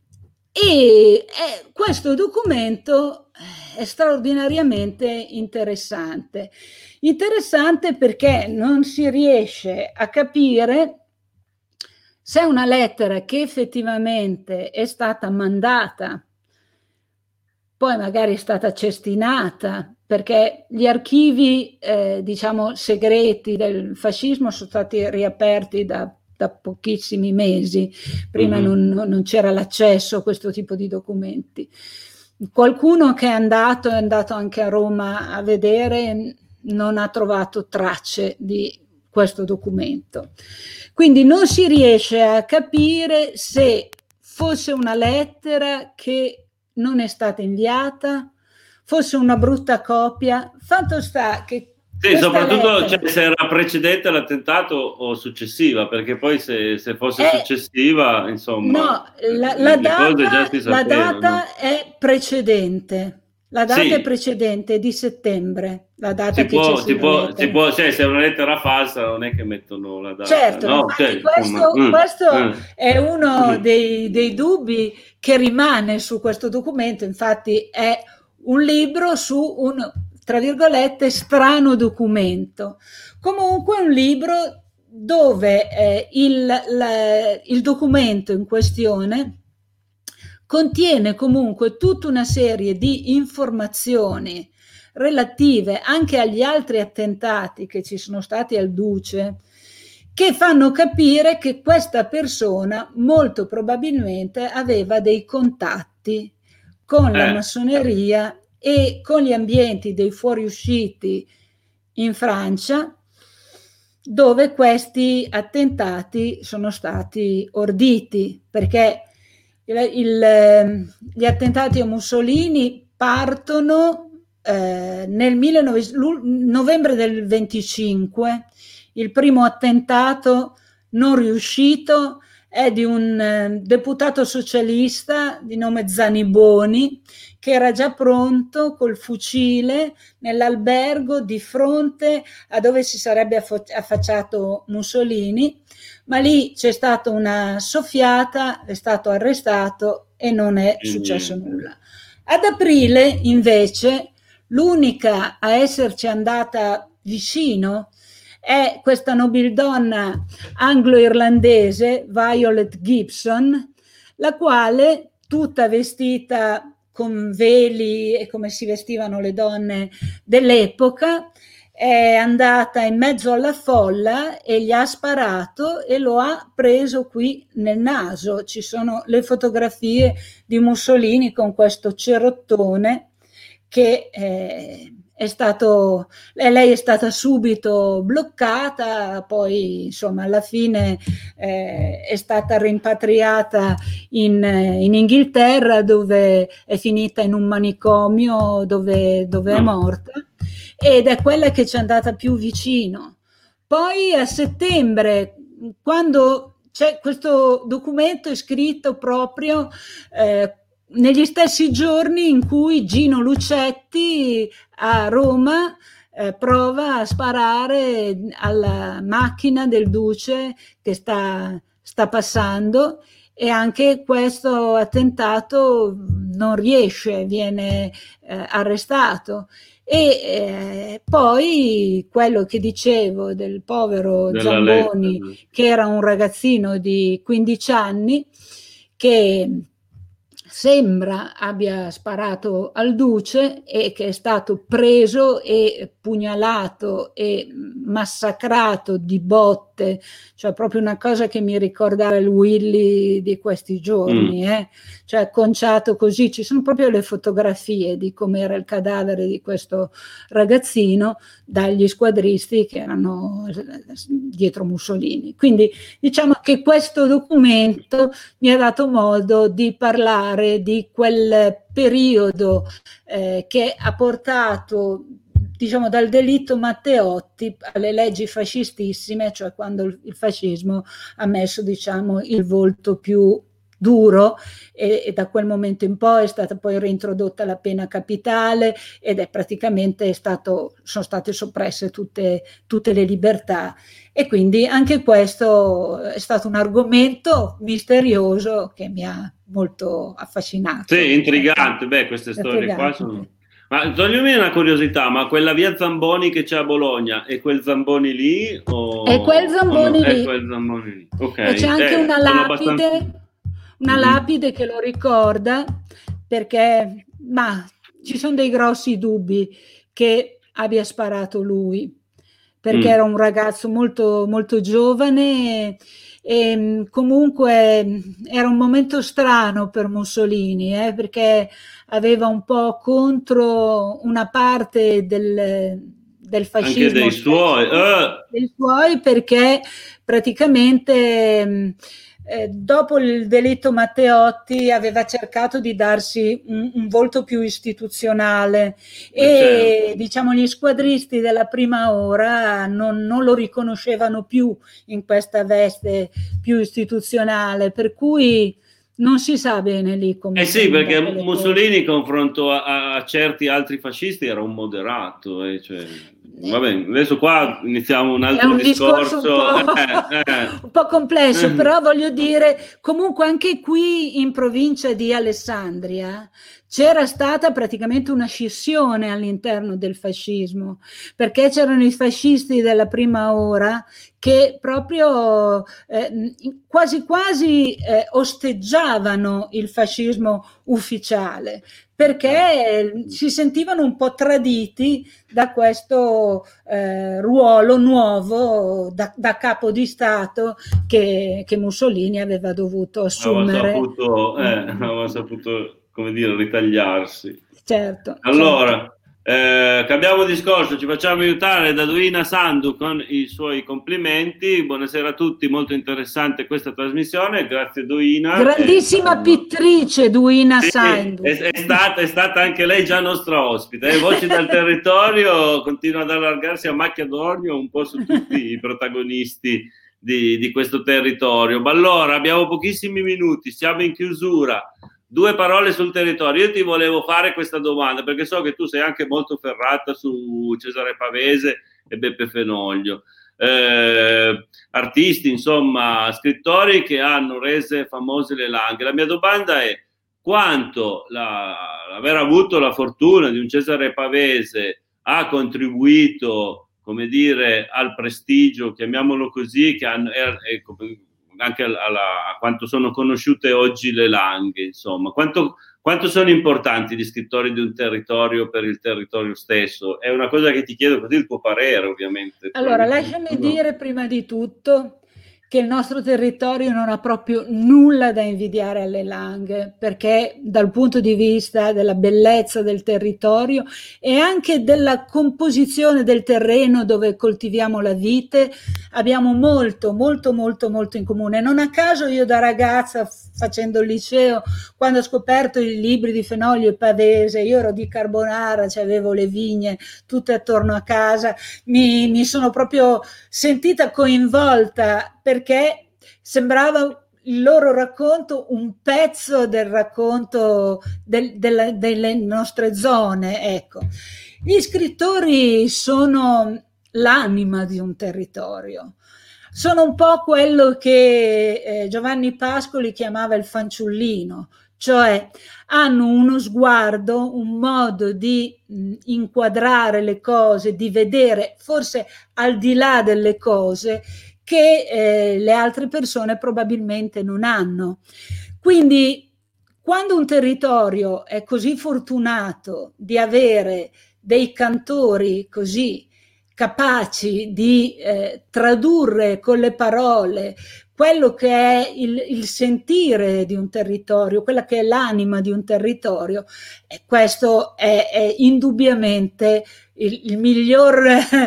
questo documento è straordinariamente interessante perché non si riesce a capire se è una lettera che effettivamente è stata mandata, poi magari è stata cestinata, perché gli archivi, segreti del fascismo sono stati riaperti da da pochissimi mesi, prima non c'era l'accesso a questo tipo di documenti. Qualcuno che è andato anche a Roma a vedere, non ha trovato tracce di questo documento. Quindi non si riesce a capire se fosse una lettera che non è stata inviata, fosse una brutta copia. Fatto sta che sì, soprattutto se era precedente all'attentato o successiva, perché poi se fosse successiva, insomma, no, la data è precedente. La data è precedente, è di settembre, la data cioè, se una lettera falsa non è che mettono la data. Certo, no? questo è uno dei dubbi che rimane su questo documento. Infatti è un libro su un, tra virgolette, strano documento. Comunque un libro dove il documento in questione contiene comunque tutta una serie di informazioni relative anche agli altri attentati che ci sono stati al Duce, che fanno capire che questa persona molto probabilmente aveva dei contatti con la massoneria e con gli ambienti dei fuoriusciti in Francia, dove questi attentati sono stati orditi, perché gli attentati a Mussolini partono nel novembre del 25. Il primo attentato non riuscito è di un deputato socialista di nome Zaniboni, che era già pronto col fucile nell'albergo di fronte a dove si sarebbe affacciato Mussolini, ma lì c'è stata una soffiata, è stato arrestato e non è successo nulla. Ad aprile, invece, l'unica a esserci andata vicino è questa nobildonna anglo-irlandese, Violet Gibson, la quale, tutta vestita con veli e come si vestivano le donne dell'epoca, è andata in mezzo alla folla e gli ha sparato e lo ha preso qui nel naso. Ci sono le fotografie di Mussolini con questo cerottone che è stato, lei è stata subito bloccata, poi insomma alla fine è stata rimpatriata in Inghilterra, dove è finita in un manicomio dove è morta, ed è quella che ci è andata più vicino. Poi a settembre, quando c'è questo documento, è scritto proprio negli stessi giorni in cui Gino Lucetti a Roma prova a sparare alla macchina del Duce che sta passando, e anche questo attentato non riesce, viene arrestato. E poi quello che dicevo del povero Zamboni, che era un ragazzino di 15 anni, che sembra abbia sparato al Duce e che è stato preso e pugnalato e massacrato di botte, cioè proprio una cosa che mi ricordava il Willy di questi giorni, cioè conciato così. Ci sono proprio le fotografie di com'era il cadavere di questo ragazzino dagli squadristi che erano dietro Mussolini. Quindi diciamo che questo documento mi ha dato modo di parlare di quel periodo che ha portato, diciamo, dal delitto Matteotti alle leggi fascistissime, cioè quando il fascismo ha messo, diciamo, il volto più duro, e da quel momento in poi è stata poi reintrodotta la pena capitale ed è praticamente sono state soppresse tutte le libertà, e quindi anche questo è stato un argomento misterioso che mi ha molto affascinato. Sì, intrigante. Beh, queste storie qua sono... Ma toglimi una curiosità, ma quella via Zamboni che c'è a Bologna è quel Zamboni lì? O... È quel Zamboni lì. È quel Zamboni lì. Okay. E c'è anche una lapide che lo ricorda, perché ci sono dei grossi dubbi che abbia sparato lui, perché era un ragazzo molto, molto giovane e comunque era un momento strano per Mussolini, perché aveva un po' contro una parte del fascismo, anche dei suoi, dei suoi, perché praticamente dopo il delitto Matteotti aveva cercato di darsi un volto più istituzionale e certo. diciamo gli squadristi della prima ora non lo riconoscevano più in questa veste più istituzionale, per cui non si sa bene lì come sono Sì, perché andate le Mussolini cose. in confronto a certi altri fascisti era un moderato, cioè, vabbè, adesso qua iniziamo un È altro un discorso discorso. un po' complesso, però voglio dire, comunque anche qui in provincia di Alessandria c'era stata praticamente una scissione all'interno del fascismo, perché c'erano i fascisti della prima ora che proprio quasi quasi osteggiavano il fascismo ufficiale, perché si sentivano un po' traditi da questo ruolo nuovo da capo di Stato che Mussolini aveva dovuto assumere. Aveva saputo, come dire, ritagliarsi. Certo, certo. Allora, cambiamo discorso, ci facciamo aiutare da Duina Sandu con i suoi complimenti. Buonasera a tutti, molto interessante questa trasmissione, grazie Duina. Grandissima pittrice Duina Sì, Sandu. è stata anche lei già nostra ospite. Voci dal territorio continua ad allargarsi a macchia d'orno un po' su tutti i protagonisti di questo territorio. Ma allora, abbiamo pochissimi minuti, siamo in chiusura. 2 parole sul territorio. Io ti volevo fare questa domanda perché so che tu sei anche molto ferrata su Cesare Pavese e Beppe Fenoglio. Artisti, insomma, scrittori che hanno rese famose le Langhe. La mia domanda è quanto l'aver avuto la fortuna di un Cesare Pavese ha contribuito, come dire, al prestigio, chiamiamolo così, che anche a quanto sono conosciute oggi le Langhe, insomma. Quanto sono importanti gli scrittori di un territorio per il territorio stesso? È una cosa che ti chiedo così il tuo parere, ovviamente. Allora, lasciami dire prima di tutto che il nostro territorio non ha proprio nulla da invidiare alle Langhe, perché dal punto di vista della bellezza del territorio e anche della composizione del terreno dove coltiviamo la vite, abbiamo molto, molto, molto, molto in comune. Non a caso io da ragazza, facendo il liceo, quando ho scoperto i libri di Fenoglio e Pavese, io ero di Carbonara, avevo le vigne tutte attorno a casa, mi sono proprio sentita coinvolta perché sembrava il loro racconto un pezzo del racconto delle nostre zone. Ecco, gli scrittori sono l'anima di un territorio. Sono un po' quello che Giovanni Pascoli chiamava il fanciullino, cioè hanno uno sguardo, un modo di inquadrare le cose, di vedere forse al di là delle cose che le altre persone probabilmente non hanno. Quindi quando un territorio è così fortunato di avere dei cantori così capaci di tradurre con le parole quello che è il sentire di un territorio, quella che è l'anima di un territorio, e questo è indubbiamente il miglior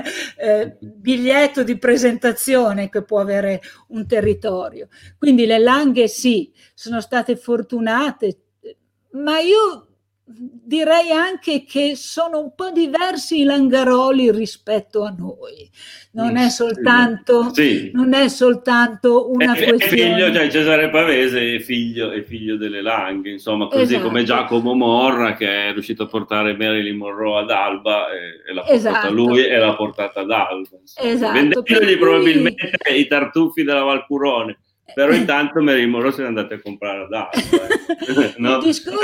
biglietto di presentazione che può avere un territorio. Quindi le Langhe sì, sono state fortunate, ma io direi anche che sono un po' diversi i Langaroli rispetto a noi. Non è soltanto, sì. non è soltanto una questione. Cioè Cesare Pavese è figlio delle Langhe, insomma, così Esatto. come Giacomo Morra che è riuscito a portare Marilyn Monroe ad Alba e l'ha portata lui e l'ha portata ad Alba. Esatto. Vendendogli probabilmente i tartufi della Valcurone. Però intanto Marilyn Monroe se ne è andata a comprare ad Alba. No?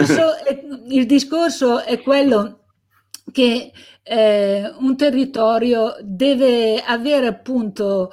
Il discorso è quello che un territorio deve avere appunto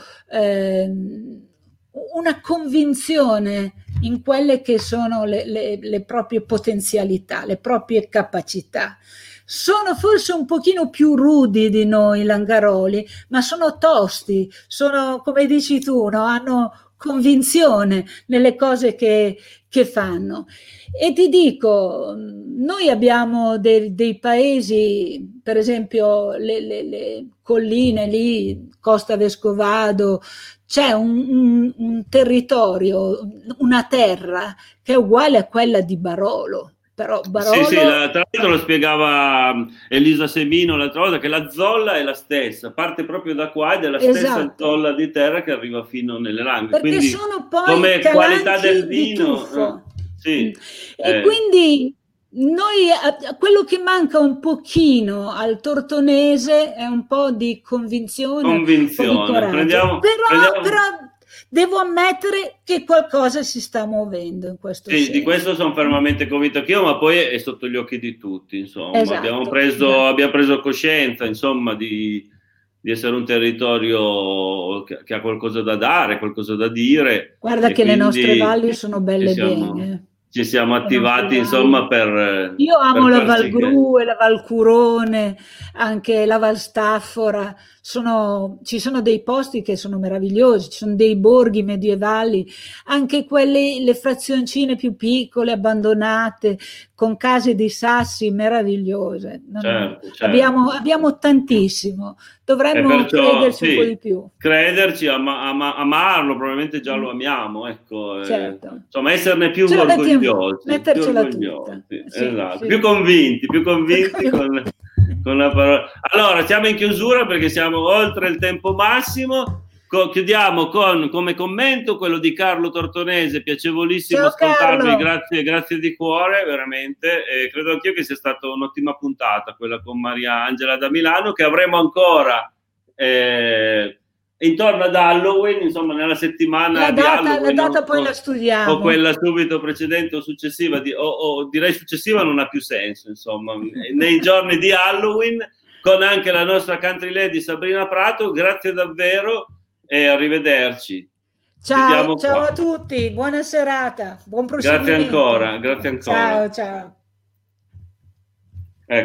una convinzione in quelle che sono le proprie potenzialità, le proprie capacità. Sono forse un pochino più rudi di noi Langaroli, ma sono tosti, sono, come dici tu, no? Hanno convinzione nelle cose che fanno. E ti dico, noi abbiamo dei paesi, per esempio le colline lì, Costa Vescovado, c'è un territorio, una terra che è uguale a quella di Barolo. Però Barolo... Sì, tra l'altro lo spiegava Elisa Semino l'altra volta, che la zolla è la stessa, parte proprio da qua ed è la stessa zolla di terra che arriva fino nelle Langhe. Perché quindi, sono poi come qualità del vino. Sì. E quindi noi, quello che manca un pochino al tortonese è un po' di convinzione, un po' di coraggio. Però devo ammettere che qualcosa si sta muovendo in questo senso. Di questo sono fermamente convinto anch'io, ma poi è sotto gli occhi di tutti, insomma. Abbiamo preso coscienza, insomma, di essere un territorio che ha qualcosa da dare, qualcosa da dire. Guarda che le nostre valli sono belle bene. Ci siamo attivati, insomma, per... Io amo la Val Grue, la Val Curone, anche la Val Staffora. Ci sono dei posti che sono meravigliosi, ci sono dei borghi medievali, anche le frazioncine più piccole, abbandonate, con case di sassi meravigliose. Certo. Abbiamo tantissimo, dovremmo crederci un po' di più. Crederci, amarlo, probabilmente già lo amiamo, ecco. Certo. Insomma, esserne più orgogliosi. Mettercela tutta. Esatto. Più convinti con la parola. Allora, siamo in chiusura perché siamo oltre il tempo massimo. Chiudiamo come commento quello di Carlo Tortonese, piacevolissimo ascoltarvi, grazie di cuore, veramente. Credo anch'io che sia stata un'ottima puntata quella con Maria Angela da Milano, che avremo ancora intorno ad Halloween, insomma, nella settimana di Halloween. La data poi la studiamo. O quella subito precedente o successiva, o direi successiva non ha più senso, insomma, nei giorni di Halloween, con anche la nostra country lady Sabrina Prato. Grazie davvero e arrivederci. Ciao a tutti, buona serata, buon proseguimento. Grazie ancora. Ciao.